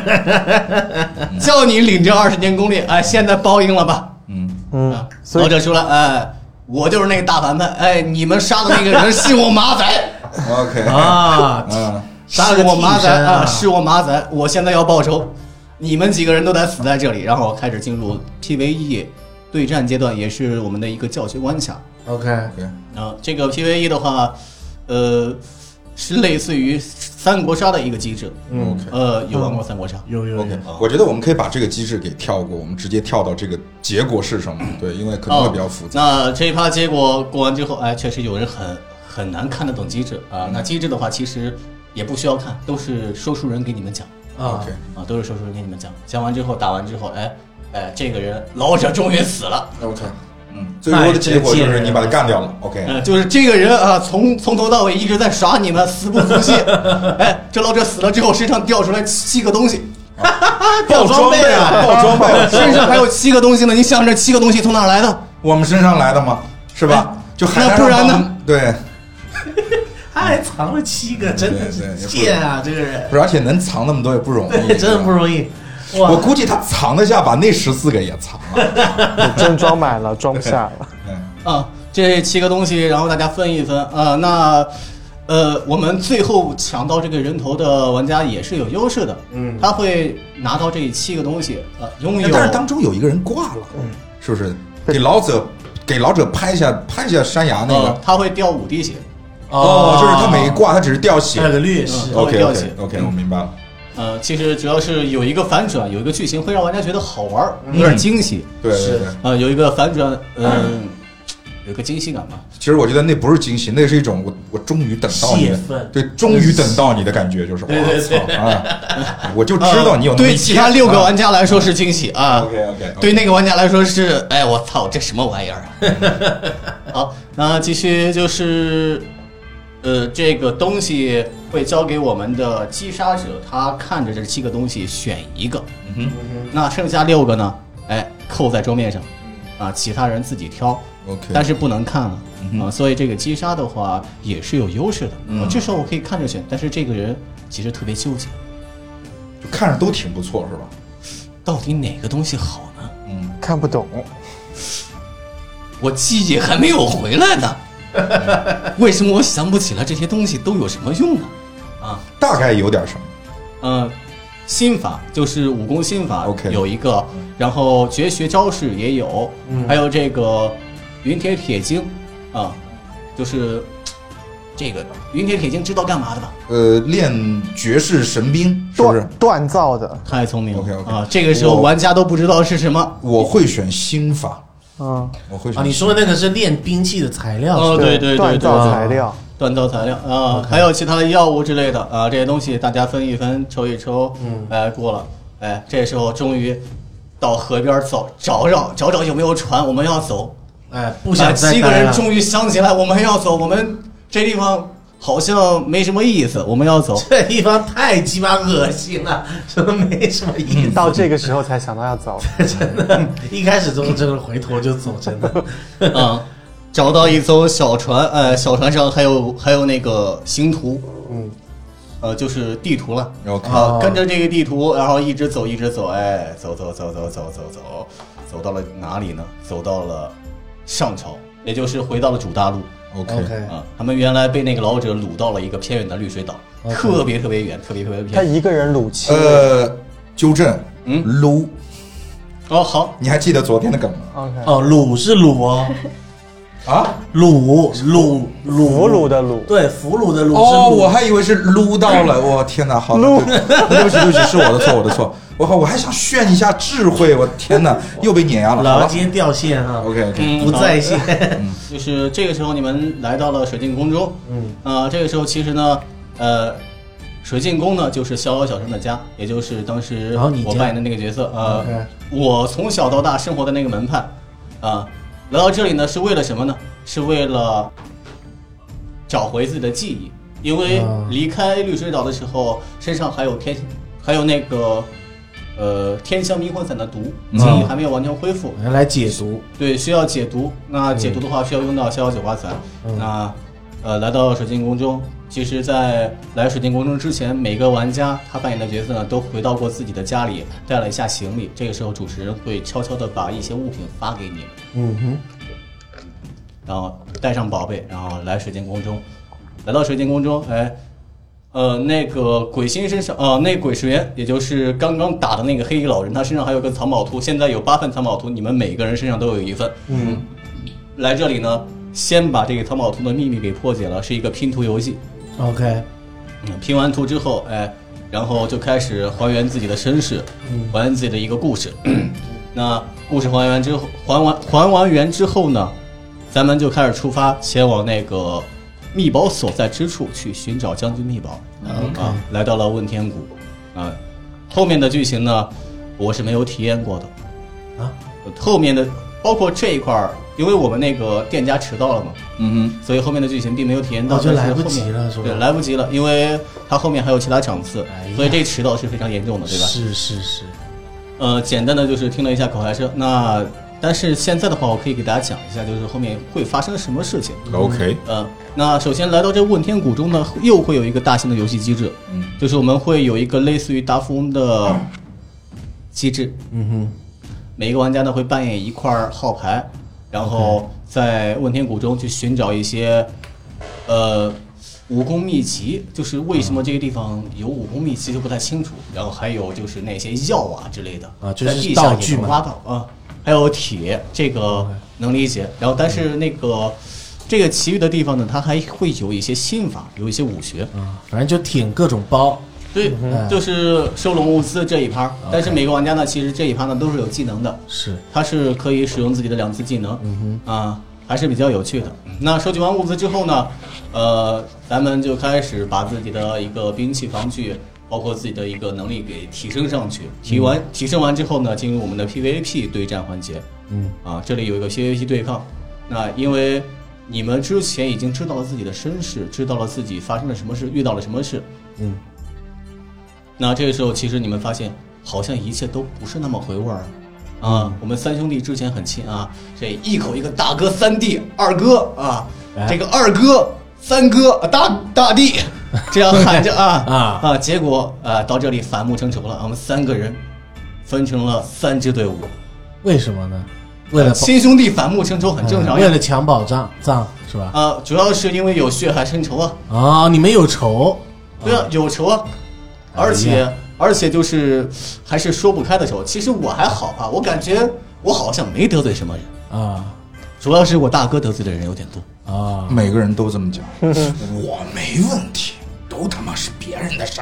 叫你领着20年功力，现在报应了吧？老者说了，我就是那个大反派，你们杀的那个人是我马仔。 OK 啊， 是我马仔啊，是我马仔，我现在要报仇，你们几个人都得死在这里。然后开始进入 PVE 对战阶段，也是我们的一个教学关卡。 OK， 这个 PVE 的话，是类似于三国杀的一个机制。有玩过三国杀？ 有。 OK， 我觉得我们可以把这个机制给跳过，我们直接跳到这个结果是什么？对，因为可能会比较复杂。 那这一趴结果过完之后，确实有人很难看得懂机制啊。那机制的话，其实也不需要看，都是说书人给你们讲。 OK， 都是说书人给你们讲。讲完之后，打完之后，这个人老者终于死了。 OK。最后的结果就是你把他干掉了。OK， 就是这个人啊，从头到尾一直在耍你们，死不服气。这老者死了之后，身上掉出来7个东西， 爆装备啊， 爆装备， 身上还有7个东西呢。你想这7个东西从哪来的？ 我们身上来的吗？是吧？就那不然呢？ 对， 他还藏了7个，真的是贱啊！这个人， 而且能藏那么多也不容易， 真的不容易。 我估计他藏得下，把那14个也藏了， 真装满了，装不下了。这7个东西，然后大家分一分啊。那我们最后抢到这个人头的玩家也是有优势的，他会拿到这7个东西拥有。 但是当中有一个人挂了，是不是？给老者拍一下山崖那个， 他会掉5滴血。 就是他每一挂他只是掉血， 那个劣势。 OK， 我明白了。 其实主要是有一个反转，有一个剧情会让玩家觉得好玩，有点惊喜。 对， 有一个反转，有一个惊喜感吧。 其实我觉得那不是惊喜，那是一种我终于等到你，对，终于等到你的感觉，就是对我就知道你有那么一天。 对其他6个玩家来说是惊喜啊。 OK， 对那个玩家来说是，我操，这什么玩意儿啊？好，那继续就是。这个东西会交给我们的击杀者，他看着这7个东西选一个，那剩下6个呢？扣在桌面上，其他人自己挑。 OK， 但是不能看了所以这个击杀的话也是有优势的。这时候我可以看着选，但是这个人其实特别纠结， 看着都挺不错，是吧？ 到底哪个东西好呢？ 看不懂。 我记忆还没有回来呢。为什么我想不起来这些东西都有什么用呢？ 大概有点什么？心法就是武功心法 ，OK， 有一个，然后绝学招式也有，还有这个云铁铁经就是这个云铁铁经知道干嘛的吧？ 练绝世神兵，是不是锻造的？ 太聪明了 ！OK， 这个时候玩家都不知道是什么。 我会选心法。我会你说的那个是练兵器的材料， 对， 锻造材料， 还有其他的药物之类的这些东西大家分一分，抽一抽，过了，这时候终于到河边找有没有船，我们要走， 不想再 7个人终于想起来我们要走，我们这地方好像没什么意思，我们要走。 这地方太鸡巴恶心了，什么没什么意思。 到这个时候才想到要走， 真的，一开始真的回头就走，真的。 找到一艘小船，小船上还有那个星图，就是地图了。跟着这个地图，然后一直走，走到了哪里呢？走到了上朝，也就是回到了主大陆。 OK 他们原来被那个老者掳到了一个偏远的绿水岛，特别远，特别偏。 他一个人掳7 纠正，撸。 好， 你还记得昨天的梗吗？ OK 掳是掳哦。 啊， 俘虏的虏， 对，俘虏的虏。 我还以为是撸到了，我天哪，好，对不起，是我的错，我还想炫一下智慧，我天哪，又被碾压了。 老王今天掉线哈 ，OK， 不在线。 就是这个时候你们来到了水镜宫中，这个时候其实呢，水镜宫呢就是逍遥小生的家，也就是当时我扮演的那个角色。我从小到大生活的那个门派，来到这里呢是为了什么呢？是为了找回自己的记忆，因为离开绿水岛的时候，身上还有那个天香迷魂散的毒，记忆还没有完全恢复， 来解毒。对， 需要解毒。那解毒的话需要用到逍遥九花散。那来到水晶宫中，其实在来水晶宫中之前，每个玩家他扮演的角色呢都回到过自己的家里，带了一下行李。这个时候主持人会悄悄的把一些物品发给你，然后带上宝贝，然后来水晶宫中。来到水晶宫中，那个鬼心身上，那鬼石原，也就是刚刚打的那个黑衣老人，他身上还有个藏宝图，现在有8份藏宝图，你们每个人身上都有1份。来这里呢，先把这个藏宝图的秘密给破解了，是一个拼图游戏。 OK， 拼完图之后，然后就开始还原自己的身世，还原自己的一个故事。那故事还原之后，还完原之后呢，咱们就开始出发，前往那个秘宝所在之处去寻找将军秘宝。来到了问天谷。后面的剧情呢，我是没有体验过的。后面的包括这一块，因为我们那个店家迟到了嘛，所以后面的剧情并没有体验到， 就来不及了，是吧？ 对，来不及了，因为它后面还有其他场次，所以这迟到是非常严重的，对吧？ 是。 简单的就是听了一下口嗨声，但是现在的话，我可以给大家讲一下，就是后面会发生什么事情。 OK， 那首先来到这问天谷中呢，又会有一个大型的游戏机制，就是我们会有一个类似于大富翁的机制，每个玩家呢会扮演一块号牌，然后在问天谷中去寻找一些武功秘籍，就是为什么这个地方有武功秘籍就不太清楚，然后还有就是那些药啊之类的， 就是道具嘛， 挖到还有铁，这个能理解。然后但是那个这个其余的地方呢，它还会有一些心法，有一些武学， 反正就挺各种包。 对，就是收拢物资这一趴。但是每个玩家呢，其实这一趴呢都是有技能的， 是， 它是可以使用自己的2次技能，还是比较有趣的。那收集完物资之后呢，咱们就开始把自己的一个兵器防具，包括自己的一个能力给提升上去。提升完之后呢，进入我们的 PVP 对战环节。这里有一个 PVP 对抗。那因为你们之前已经知道了自己的身世，知道了自己发生了什么事，遇到了什么事。那这个时候其实你们发现，好像一切都不是那么回味儿。我们3兄弟之前很亲啊，这一口一个大哥3弟2哥啊，这个2哥3哥大弟，这样喊着结果到这里反目成仇了，我们3个人分成了3支队伍。 为什么呢？为了亲兄弟反目成仇很正常， 为了抢宝藏是吧？ 主要是因为有血海深仇啊。 你们有仇？ 对啊，有仇啊，而且就是还是说不开的仇。其实我还好吧，我感觉我好像没得罪什么人主要是我大哥得罪的人有点多每个人都这么讲，我没问题，都他妈是别人的事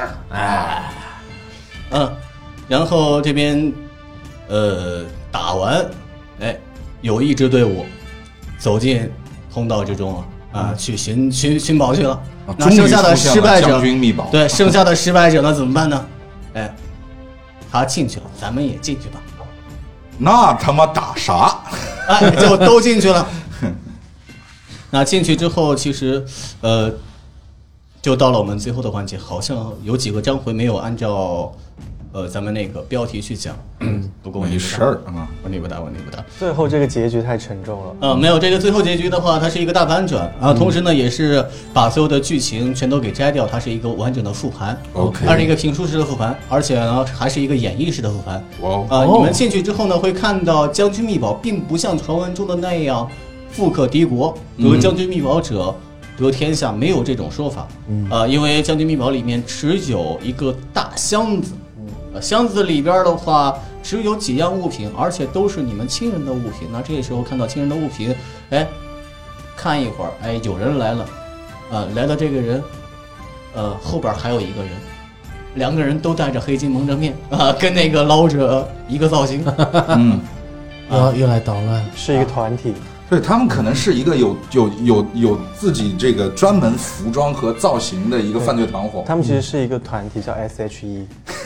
儿。 然后这边打完，有一支队伍走进通道之中去寻宝去了。那剩下的失败者， 将军秘宝， 对，剩下的失败者呢怎么办呢？他进去了，咱们也进去吧。 那他妈打啥？ 就都进去了。那进去之后，其实就到了我们最后的环节，好像有几个章回没有按照咱们那个标题去讲。不过没事儿啊， 问题不大。 最后这个结局太沉重了。 没有这个最后结局的话，它是一个大反转啊，同时呢也是把所有的剧情全都给摘掉，它是一个完整的复盘。 OK， 它是一个评述式的复盘，而且呢还是一个演绎式的复盘。你们进去之后呢，会看到将军秘宝并不像传闻中的那样富可敌国，得将军秘宝者得天下，没有这种说法。因为将军秘宝里面只有一个大箱子。箱子里边的话只有几样物品，而且都是你们亲人的物品。那这个时候看到亲人的物品，看一会儿，有人来了，来的这个人，后边还有一个人，两个人都戴着黑巾蒙着面跟那个老者一个造型。 又来捣乱， 是一个团体。 对，他们可能是一个有自己这个专门服装和造型的一个犯罪团伙。 他们其实是一个团体，叫 SHE。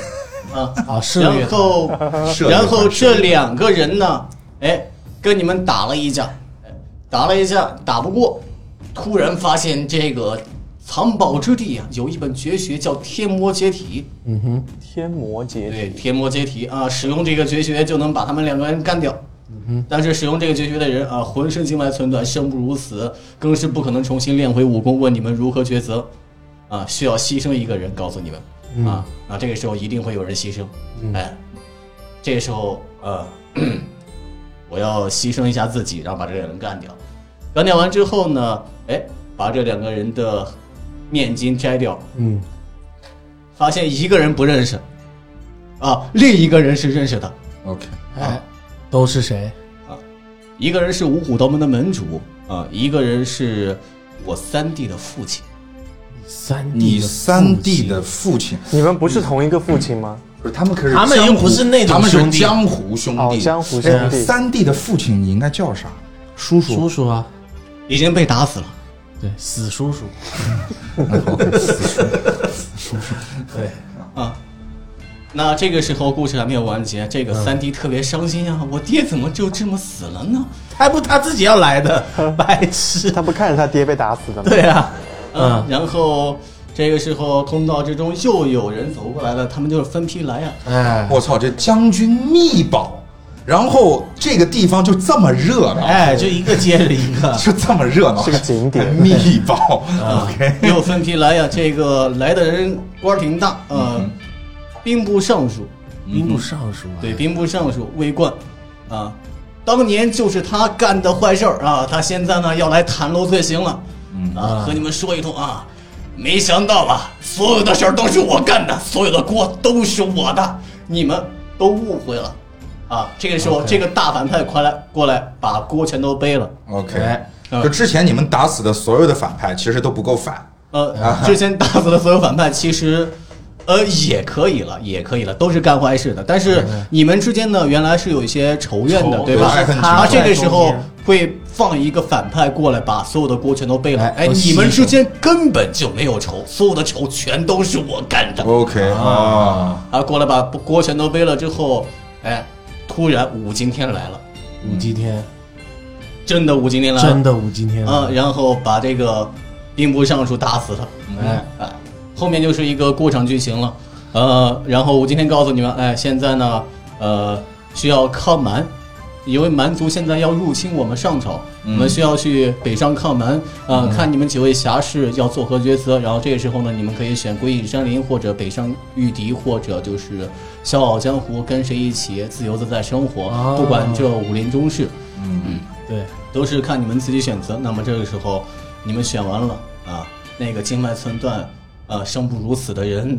然后这两个人呢，跟你们打了一架，打不过，突然发现这个藏宝之地啊，有一本绝学叫天魔解体。 天魔解体。 对，天魔解体啊，使用这个绝学就能把他们两个人干掉。但是使用这个绝学的人啊，浑身经脉寸断，生不如死，更是不可能重新练回武功。问你们如何抉择？需要牺牲一个人，告诉你们。那这个时候一定会有人牺牲。这个时候我要牺牲一下自己，然后把这两个人干掉。干掉完之后呢，把这两个人的面巾摘掉。发现一个人不认识，另一个人是认识的。 OK， 都是谁？ 一个人是五虎道门的门主一个人是我三弟的父亲。 你三弟的父亲？ 你们不是同一个父亲吗？ 不是，他们又不是那种兄弟， 他们是江湖兄弟。 江湖兄弟。 三弟的父亲你应该叫啥？叔叔啊， 已经被打死了。 对，死叔叔。 死叔。 对那这个时候故事还没有完结，这个三弟特别伤心啊，我爹怎么就这么死了呢？ 还不他自己要来的，白痴！ 他不看着他爹被打死的吗？ 对啊。 然后这个时候通道之中又有人走过来了，他们就是分批来呀。 我操，这将军秘宝，然后这个地方就这么热闹， 就一个接着一个， 就这么热闹， 是个景点。 秘宝，OK， 又分批来呀。这个来的人官挺大，兵部尚书，对，兵部尚书魏冠，当年就是他干的坏事他现在呢要来袒露罪行了。和你们说一通没想到吧，所有的事儿都是我干的，所有的锅都是我的，你们都误会了这个时候这个大反派过来把锅全都背了。 OK， 就之前你们打死的所有的反派其实都不够反。 之前打死的所有反派其实也可以了，都是干坏事的。但是你们之间呢，原来是有一些仇怨的，对吧？他这个时候会放一个反派过来，把所有的锅全都背了。你们之间根本就没有仇，所有的仇全都是我干的。 OK 过来把锅全都背了之后，突然武今天来了。 武今天， 真的武今天来了， 真的武今天然后把这个兵部尚书打死了。后面就是一个过场剧情了，然后我今天告诉你们，现在呢，需要抗蛮，因为蛮族现在要入侵我们上朝，我们需要去北上抗蛮，看你们几位侠士要作何角色。然后这个时候呢，你们可以选归隐山林，或者北上御敌，或者就是笑傲江湖，跟谁一起自由自在生活，不管这武林中事， 对， 都是看你们自己选择。那么这个时候你们选完了那个经脉寸断。生不如死的人，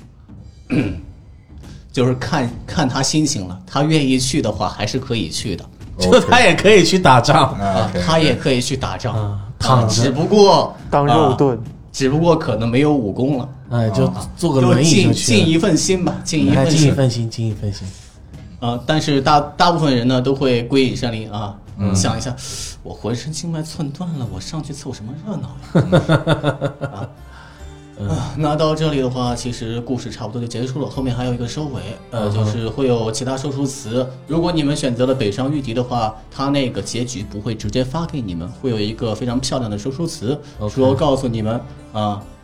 就是看他心情了。他愿意去的话，还是可以去的。 就他也可以去打仗他也可以去打仗， 躺着， 只不过当肉盾， 只不过可能没有武功了。 就坐个轮椅就去， 尽一份心吧，尽一份心。但是大部分人呢都会归隐山林想一下，我浑身经脉寸断了，我上去凑什么热闹呀？那到这里的话，其实故事差不多就结束了。后面还有一个收尾，就是会有其他收书词。如果你们选择了北上御敌的话，他那个结局不会直接发给你们，会有一个非常漂亮的收书词，说告诉你们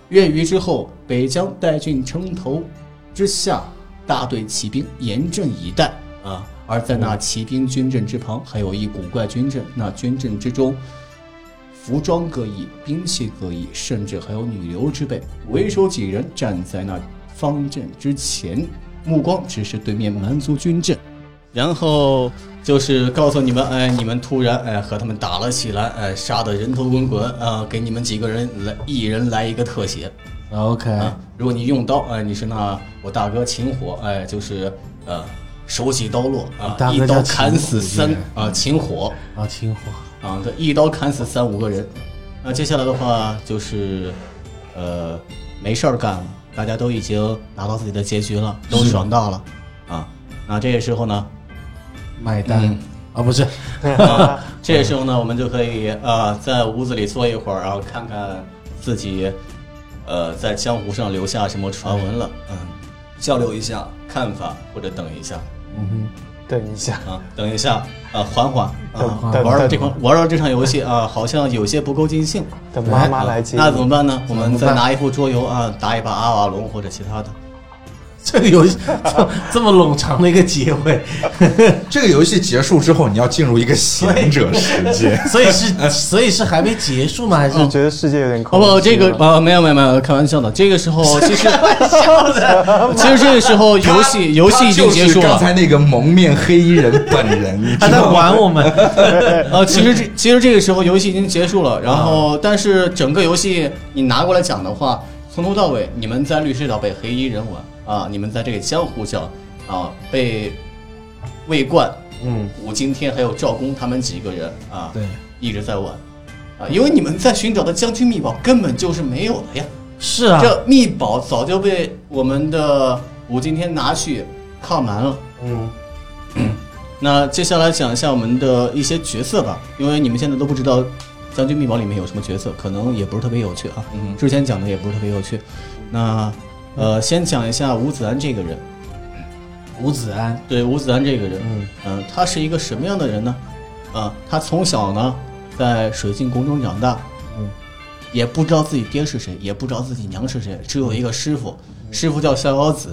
月余之后，北疆代郡城头之下，大队骑兵严阵以待啊。而在那骑兵军阵之旁，还有一古怪军阵。那军阵之中，服装各异，兵器各异，甚至还有女流之辈。为首几人站在那方阵之前，目光直视对面蛮族军阵，然后就是告诉你们，哎，你们突然和他们打了起来，哎，杀得人头滚滚啊，给你们几个人一人来一个特写。 OK， 如果你用刀，哎，你是那我大哥秦火，哎，就是手起刀落啊，一刀砍死秦火啊，秦火啊，对，一刀砍死3-5个人。那接下来的话就是没事儿干了，大家都已经拿到自己的结局了，都爽到了啊。那这个时候呢， 买单啊，不是， 这个时候呢，我们就可以在屋子里坐一会儿，然后看看自己在江湖上留下什么传闻了，交流一下看法，或者等一下。 等一下啊，等一下缓缓玩到这场游戏啊，好像有些不够尽兴。 等妈妈来接。 那怎么办呢？我们再拿一副桌游啊，打一把阿瓦隆或者其他的。 这个游戏这么冗长的一个结尾， 这个游戏结束之后，你要进入一个贤者时间， 所以是还没结束吗？还是觉得世界有点空？ 不，这个没有，开玩笑的。这个时候其实其实这个时候游戏已经结束了。 刚才那个蒙面黑衣人本人， 他在玩我们。 其实这个时候游戏已经结束了，然后但是整个游戏你拿过来讲的话，从头到尾你们在律师岛被黑衣人玩。你们在这个江湖上被魏冠、武惊天还有赵公他们几个人对， 一直在玩因为你们在寻找的将军秘宝根本就是没有的呀。 是啊， 这秘宝早就被我们的武惊天拿去抗蛮了。那接下来讲一下我们的一些角色吧，因为你们现在都不知道将军秘宝里面有什么角色，可能也不是特别有趣啊。之前讲的也不是特别有趣。那先讲一下吴子安这个人。 吴子安， 对，吴子安这个人，他是一个什么样的人呢？他从小呢在水镜宫中长大，也不知道自己爹是谁，也不知道自己娘是谁，只有一个师傅，师傅叫逍遥子，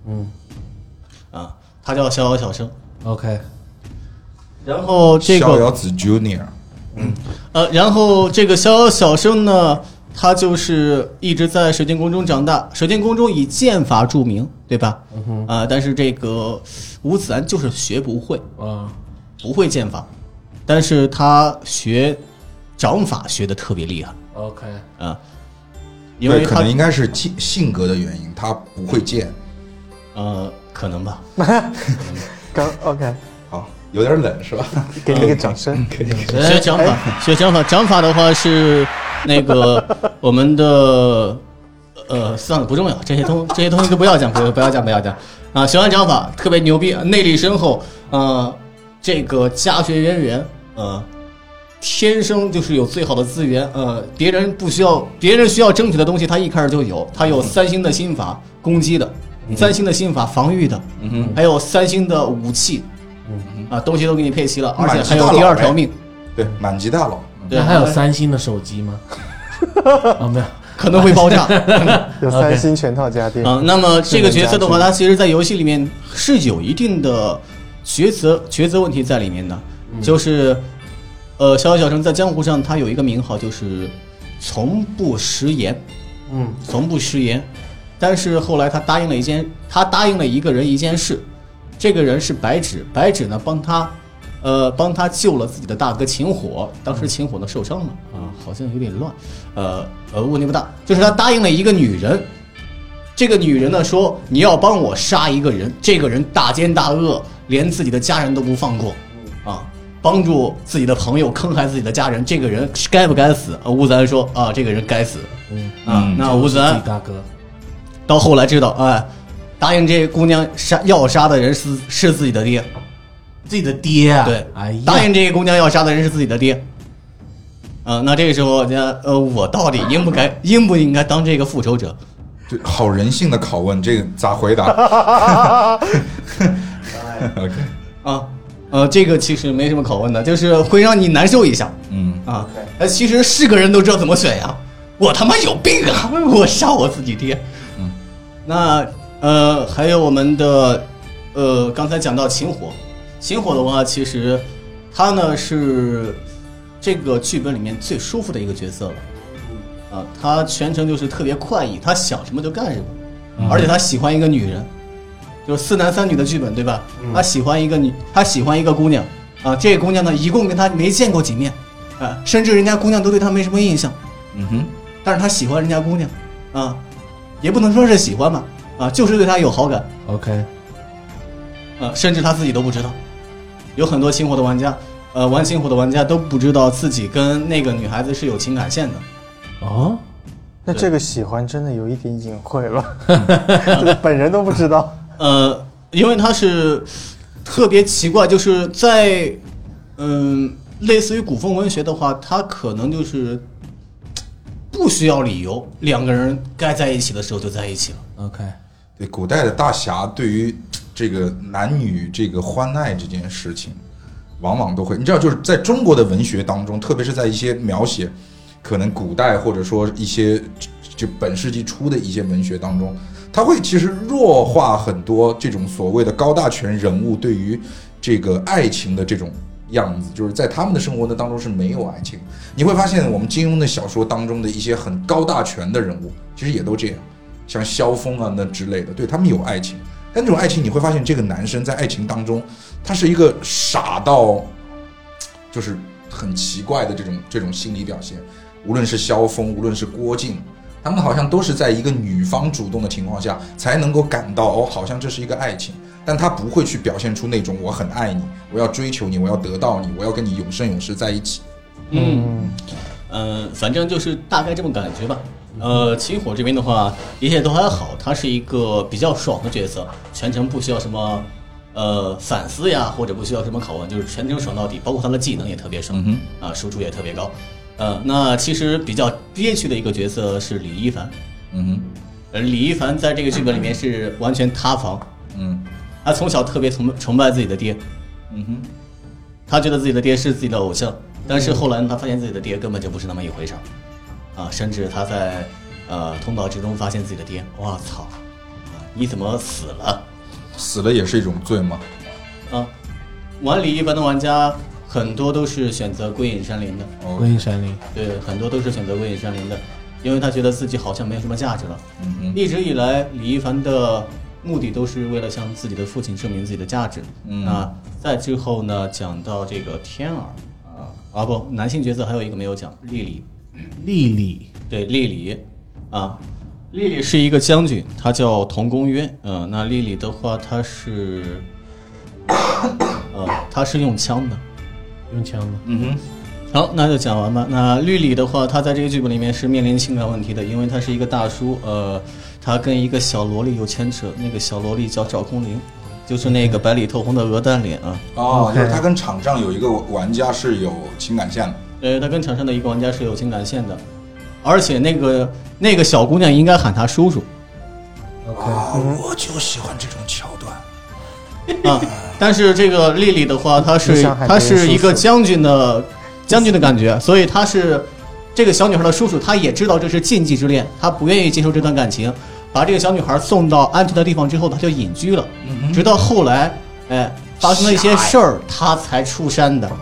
他叫逍遥小生。 OK， 然后这个逍遥子 Junior， 然后这个逍遥小生呢，他就是一直在水晶宫中长大，水晶宫中以剑法著名，对吧？但是这个吴子安就是学不会不会剑法，但是他学掌法学的特别厉害。 OK， 因为可能应该是性格的原因，他不会剑。 可能吧。 刚 OK， 好，有点冷是吧？ 给你一个掌声。 学掌法，掌法的话是那个我们的算了，不重要，这些东西都不要讲啊！学完掌法特别牛逼，内力深厚，这个家学渊源，天生就是有最好的资源，别人需要争取的东西，他一开始就有，他有3星的心法攻击的，3星的心法防御的，还有3星的武器，东西都给你配齐了，而且还有第2条命， 对，满级大佬。 对，还有3星的手机吗？没有， 可能会爆炸。 有3星全套家电。 那么这个角色的话，他其实在游戏里面是有一定的抉择问题在里面的，就是逍遥小生在江湖上他有一个名号，就是从不食言，从不食言。但是后来他答应了一个人一件事，这个人是白纸，白纸呢帮他救了自己的大哥秦火，当时秦火呢受伤了好像有点乱，问题不大，就是他答应了一个女人，这个女人呢说你要帮我杀一个人，这个人大奸大恶，连自己的家人都不放过帮助自己的朋友坑害自己的家人，这个人该不该死？吴子安说这个人该死。那吴子安大哥到后来知道，答应这姑娘要杀的人是自己的爹。 自己的爹啊， 对， 答应这个姑娘要杀的人是自己的爹。那这个时候，我到底应不应该当这个复仇者？ 对，好人性的拷问，这个咋回答 ？OK，这个其实没什么拷问的，就是会让你难受一下。其实是个人都知道怎么选呀。 我他妈有病啊！我杀我自己爹。那还有我们的刚才讲到秦火的话，其实他呢是这个剧本里面最舒服的一个角色了。他全程就是特别快意，他想什么就干什么，而且他喜欢一个女人，就是4男3女的剧本，对吧？他喜欢一个姑娘啊，这个姑娘呢一共跟他没见过几面啊，甚至人家姑娘都对他没什么印象，但是他喜欢人家姑娘啊，也不能说是喜欢吧，啊，就是对他有好感。 OK， 甚至他自己都不知道，有很多秦火的玩家，玩秦火的玩家都不知道自己跟那个女孩子是有情感线的。 哦， 那这个喜欢真的有一点隐晦了，本人都不知道。 因为他是特别奇怪，就是在类似于古风文学的话，他可能就是不需要理由，两个人该在一起的时候就在一起了。 OK， 对，古代的大侠对于这个男女这个欢爱这件事情，往往都会，你知道，就是在中国的文学当中，特别是在一些描写可能古代或者说一些就本世纪初的一些文学当中，它会其实弱化很多这种所谓的高大全人物对于这个爱情的这种样子，就是在他们的生活当中是没有爱情。你会发现我们金庸的小说当中的一些很高大全的人物，其实也都这样，像萧峰啊那之类的，对，他们有爱情，但这种爱情你会发现这个男生在爱情当中他是一个傻到就是很奇怪的这种心理表现。无论是萧峰，无论是郭靖，他们好像都是在一个女方主动的情况下才能够感到哦，好像这是一个爱情，但他不会去表现出那种我很爱你，我要追求你，我要得到你，我要跟你永生永世在一起。 反正就是大概这么感觉吧。秦火这边的话一切都还好，他是一个比较爽的角色，全程不需要什么反思呀，或者不需要什么拷问，就是全程爽到底，包括他的技能也特别爽，输出也特别高。那其实比较憋屈的一个角色是李一凡。李一凡在这个剧本里面是完全塌房。他从小特别崇拜自己的爹。他觉得自己的爹是自己的偶像，但是后来呢，他发现自己的爹根本就不是那么一回事啊，甚至他在通稿之中发现自己的爹，我操，你怎么死了？ 死了也是一种罪吗？ 玩李一凡的玩家很多都是选择归隐山林的。 归隐山林， 对，很多都是选择归隐山林的，因为他觉得自己好像没有什么价值了。一直以来，李一凡的目的都是为了向自己的父亲证明自己的价值。再之后呢，讲到这个天儿不，男性角色还有一个没有讲，莉莉，对，莉莉莉莉是一个将军，他叫童公约。那莉莉的话，他是用枪的。好，那就讲完吧。那莉莉的话，他在这个剧本里面是面临情感问题的，因为他是一个大叔，他跟一个小萝莉有牵扯，那个小萝莉叫赵空灵，就是那个白里透红的鹅蛋脸就是他跟场上有一个玩家是有情感线的。 他跟场上的一个玩家是有情感线的，而且那个小姑娘应该喊他叔叔。 我就喜欢这种桥段。 但是这个莉莉的话，她是一个将军的感觉，所以她是这个小女孩的叔叔，她也知道这是禁忌之恋，她不愿意接受这段感情，把这个小女孩送到安全的地方之后，她就隐居了，直到后来发生了一些事儿，她才出山的。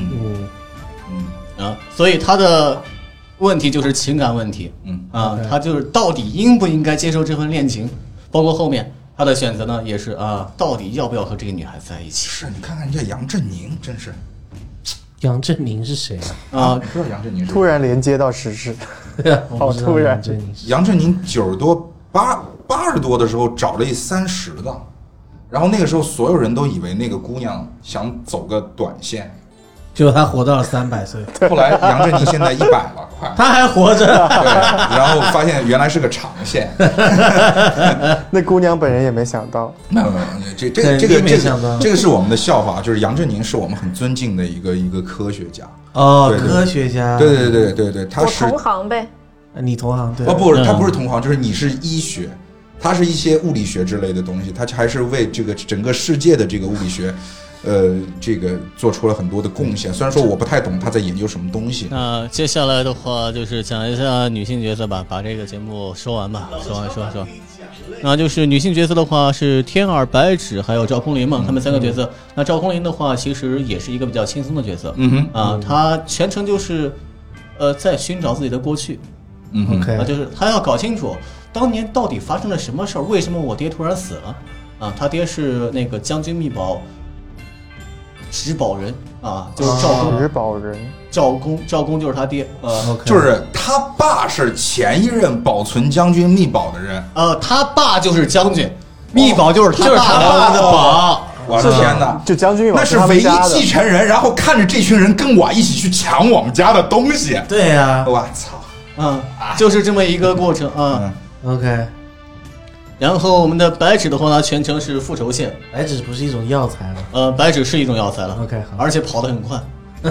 所以她的问题就是情感问题。她就是到底应不应该接受这份恋情，包括后面他的选择呢，也是到底要不要和这个女孩在一起？ 是你看看人家杨振宁，真是。 杨振宁是谁你不知道杨振宁是？ 突然连接到时事，好突然。 杨振宁90多、80多的时候找了一30的，然后那个时候所有人都以为那个姑娘想走个短线， 结果他活到了300岁。 后来杨振宁现在100了，快， 他还活着。 对，然后发现原来是个长线。 那姑娘本人也没想到。 没有，这个是我们的笑话，就是杨振宁是我们很尊敬的一个科学家。 科学家。 对，他是我同行呗。 你同行对？ 不是，他不是同行，就是你是医学，他是一些物理学之类的东西，他还是为这个整个世界的这个物理学这个做出了很多的贡献。虽然说我不太懂他在研究什么东西。 那接下来的话就是讲一下女性角色吧，把这个节目说完吧，说。那就是女性角色的话是天儿、白芷还有赵空灵嘛，他们三个角色。那赵空灵的话其实也是一个比较轻松的角色，她全程就是在寻找自己的过去。 OK， 就是他要搞清楚当年到底发生了什么事儿，为什么我爹突然死了啊？他爹是那个将军密宝执宝人啊，就是赵公执宝人， 赵公就是他爹就是他爸是前一任保存将军密宝的人， 他爸就是将军，密宝就是他爸的宝。 我的天哪！ 就将军密宝那是唯一继承人，然后看着这群人跟我一起去抢我们家的东西。 对呀， 我操！ 就是这么一个过程啊。 OK， 然后我们的白芷的话呢，全程是复仇线。 白芷不是一种药材吗？ 白芷是一种药材了。 OK， 好， 而且跑得很快。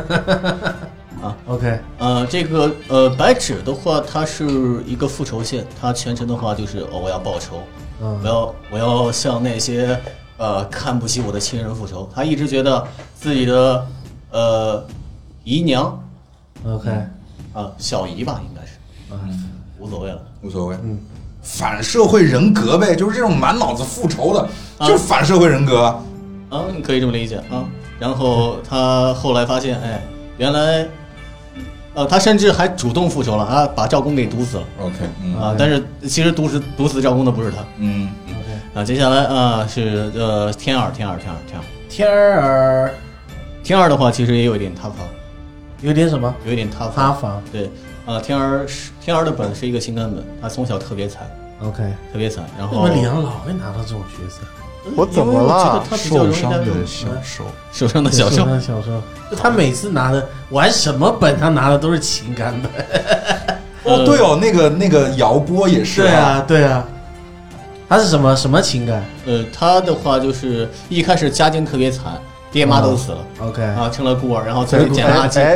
OK， 这个白芷的话，它是一个复仇线，它全程的话就是我要报仇，我要向那些看不起我的亲人复仇。他一直觉得自己的姨娘 ，OK， 小姨吧，应该是，无所谓了， 无所谓，反社会人格呗，就是这种满脑子复仇的，就是反社会人格。 你可以这么理解啊。然后他后来发现，原来，他甚至还主动复仇了啊，把赵公给毒死了。 OK， 但是其实毒死赵公的不是他。 OK， 接下来是天儿的话，其实也有一点塌房。 有点什么？ 有一点塌房。对，天儿的本是一个情感本，他从小特别惨。 OK， 特别惨。然后为什么李阳老会拿到这种角色？ 我怎么了？ 受伤的小受， 受伤的小受， 就他每次拿的玩什么本，他拿的都是情感本。 对哦，那个姚波也是。 对啊，他是什么情感？ 他的话就是一开始家境特别惨，爹妈都死了。 OK， 成了孤儿，然后自己捡垃圾，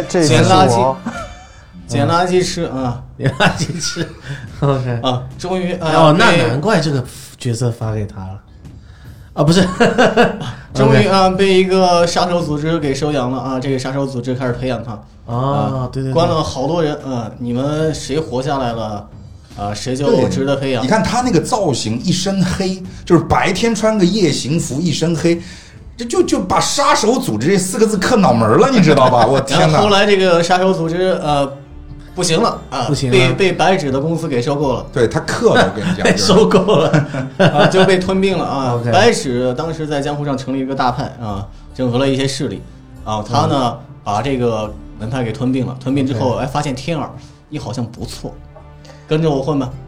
捡垃圾吃啊， 捡垃圾吃。OK， 终于那难怪这个角色发给他了。不是， 终于被一个杀手组织给收养了啊！这个杀手组织开始培养他对， 关了好多人你们谁活下来了谁就值得培养。 你看他那个造型，一身黑，就是白天穿个夜行服，一身黑，就把杀手组织这4个字刻脑门了，你知道吧？我天哪！ 后来这个杀手组织不行了不行了， 被白芷的公司给收购了。 对，他克了，我跟你讲， 被收购了就被吞并了 Okay. 白芷当时在江湖上成立一个大派整合了一些势力他呢把这个门派给吞并了。吞并之后，发现天儿你好像不错，跟着我混吧。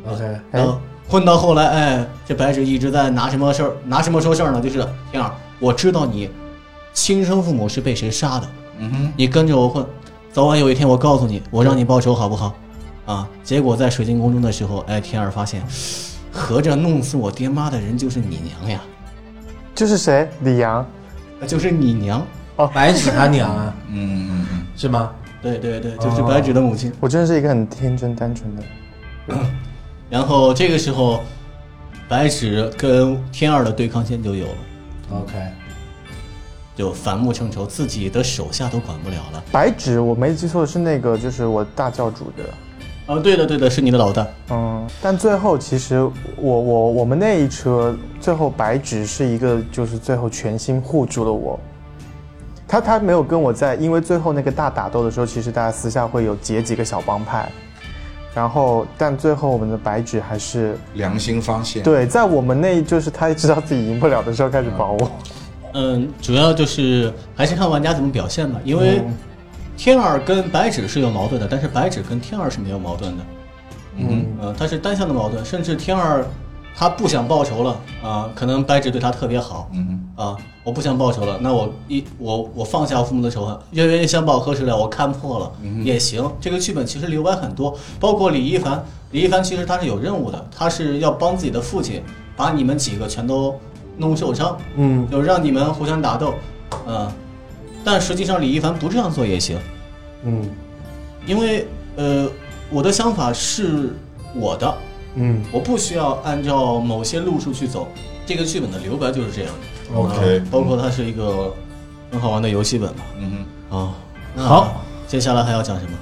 OK， 混到后来，这白芷一直在拿什么说事儿呢？就是天儿，我知道你亲生父母是被谁杀的，你跟着我混。早晚有一天我告诉你，我让你报仇好不好？结果在水晶宫中的时候，天儿发现，合着弄死我爹妈的人就是你娘呀！ 就是谁？李阳？ 就是你娘白芷他娘啊？是吗？ 对，就是白芷的母亲。 我真是一个很天真单纯的人。 然后这个时候，白芷跟天儿的对抗线就有了。 OK。 就反目成仇，自己的手下都管不了了。 白芷，我没记错是那个，就是我大教主的。 对的，是你的老大。 但最后其实我们那一车最后白芷是一个，就是最后全心护住了我。他没有跟我在，因为最后那个大打斗的时候，其实大家私下会有结几个小帮派，然后但最后我们的白芷还是良心发现。 对，在我们那就是他知道自己赢不了的时候开始保我。 主要就是还是看玩家怎么表现吧，因为天儿跟白芷是有矛盾的，但是白芷跟天儿是没有矛盾的。他是单向的矛盾，甚至天儿他不想报仇了可能白芷对他特别好我不想报仇了，那我放下我父母的仇恨，冤冤相报何时了，我看破了也行。这个剧本其实留白很多，包括李一凡其实他是有任务的，他是要帮自己的父亲把你们几个全都弄受伤，就让你们互相打斗，但实际上李一凡不这样做也行，因为我的想法是我的，我不需要按照某些路数去走，这个剧本的留白就是这样的。 OK， 包括它是一个很好玩的游戏本吧。好，接下来还要讲什么？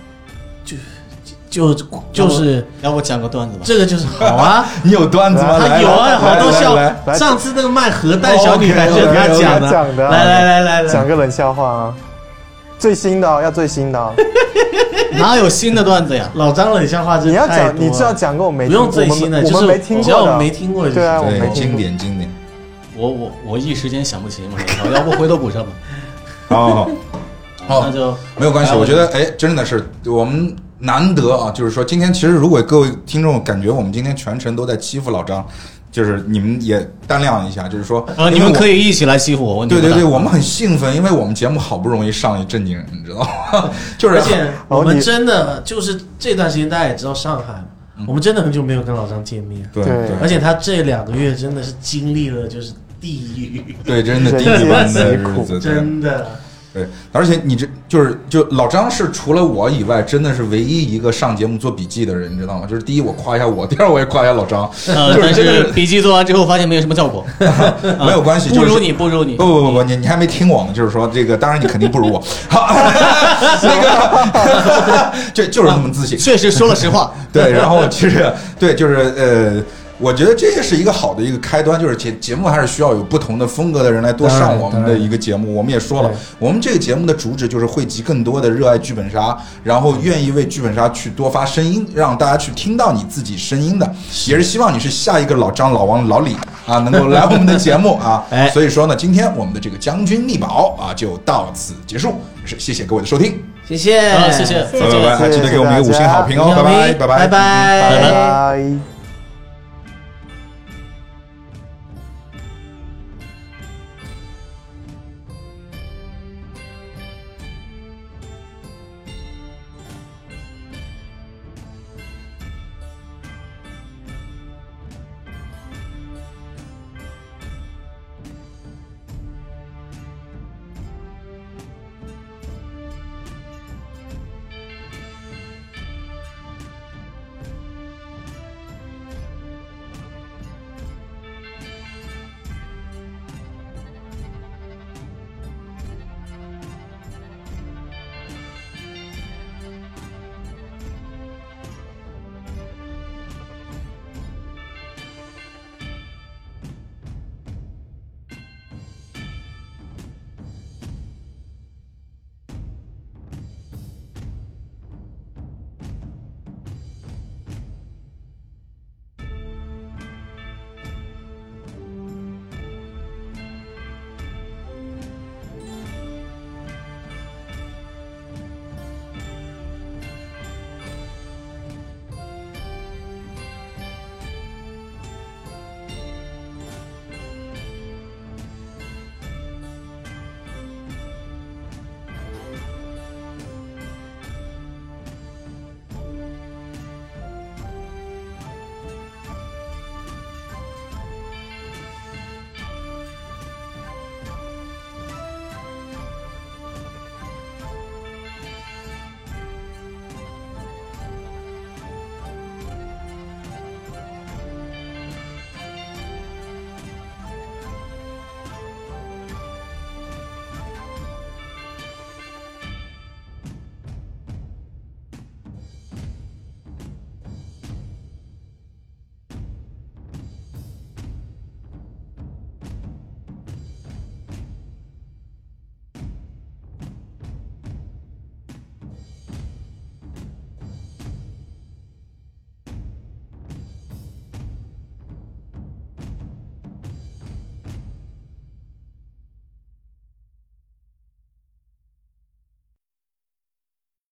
就是要不讲个段子吧？ 这个就是好啊， 你有段子吗？ 他有啊，好多笑。上次那个卖核弹小女孩就是他讲的。来， 讲个冷笑话啊，最新的要最新的。 哪有新的段子呀？ 老张冷笑话真的太多了。 你要讲，你知道讲过我没？ 不用最新的， 我们没听过， 只要我们没听过就行。 对啊，我没经典。 我一时间想不起嘛，要不回头补上吧。 好， 那就没有关系。我觉得真的是我们难得啊，就是说今天其实如果各位听众感觉我们今天全程都在欺负老张，就是你们也担量一下，就是说你们可以一起来欺负我。 对，我们很兴奋，因为我们节目好不容易上一正经人，你知道吗？就是而且我们真的就是这段时间大家也知道上海。我们真的很久没有跟老张见面， 对， 而且他这2个月真的是经历了就是地狱， 对，真的地狱般的日子， 真的。 对，而且你就老张是除了我以外，真的是唯一一个上节目做笔记的人，你知道吗？就是第一我夸一下我，第二我也夸一下老张。 但是笔记做完之后发现没有什么效果， 没有关系， 不如你。不， 你还没听我呢，就是说这个，当然你肯定不如我。好，那个就是那么自信， 确实说了实话。 对，然后其实对，就是我觉得这也是一个好的一个开端，就是节目还是需要有不同的风格的人来多上我们的一个节目。我们也说了，我们这个节目的主旨就是汇集更多的热爱剧本杀，然后愿意为剧本杀去多发声音，让大家去听到你自己声音的，也是希望你是下一个老张、老王、老李啊，能够来我们的节目啊。所以说呢，今天我们的这个将军秘宝啊就到此结束，是谢谢各位的收听， 谢谢， 谢谢， 拜拜，还记得给我们一个5星好评哦，拜拜。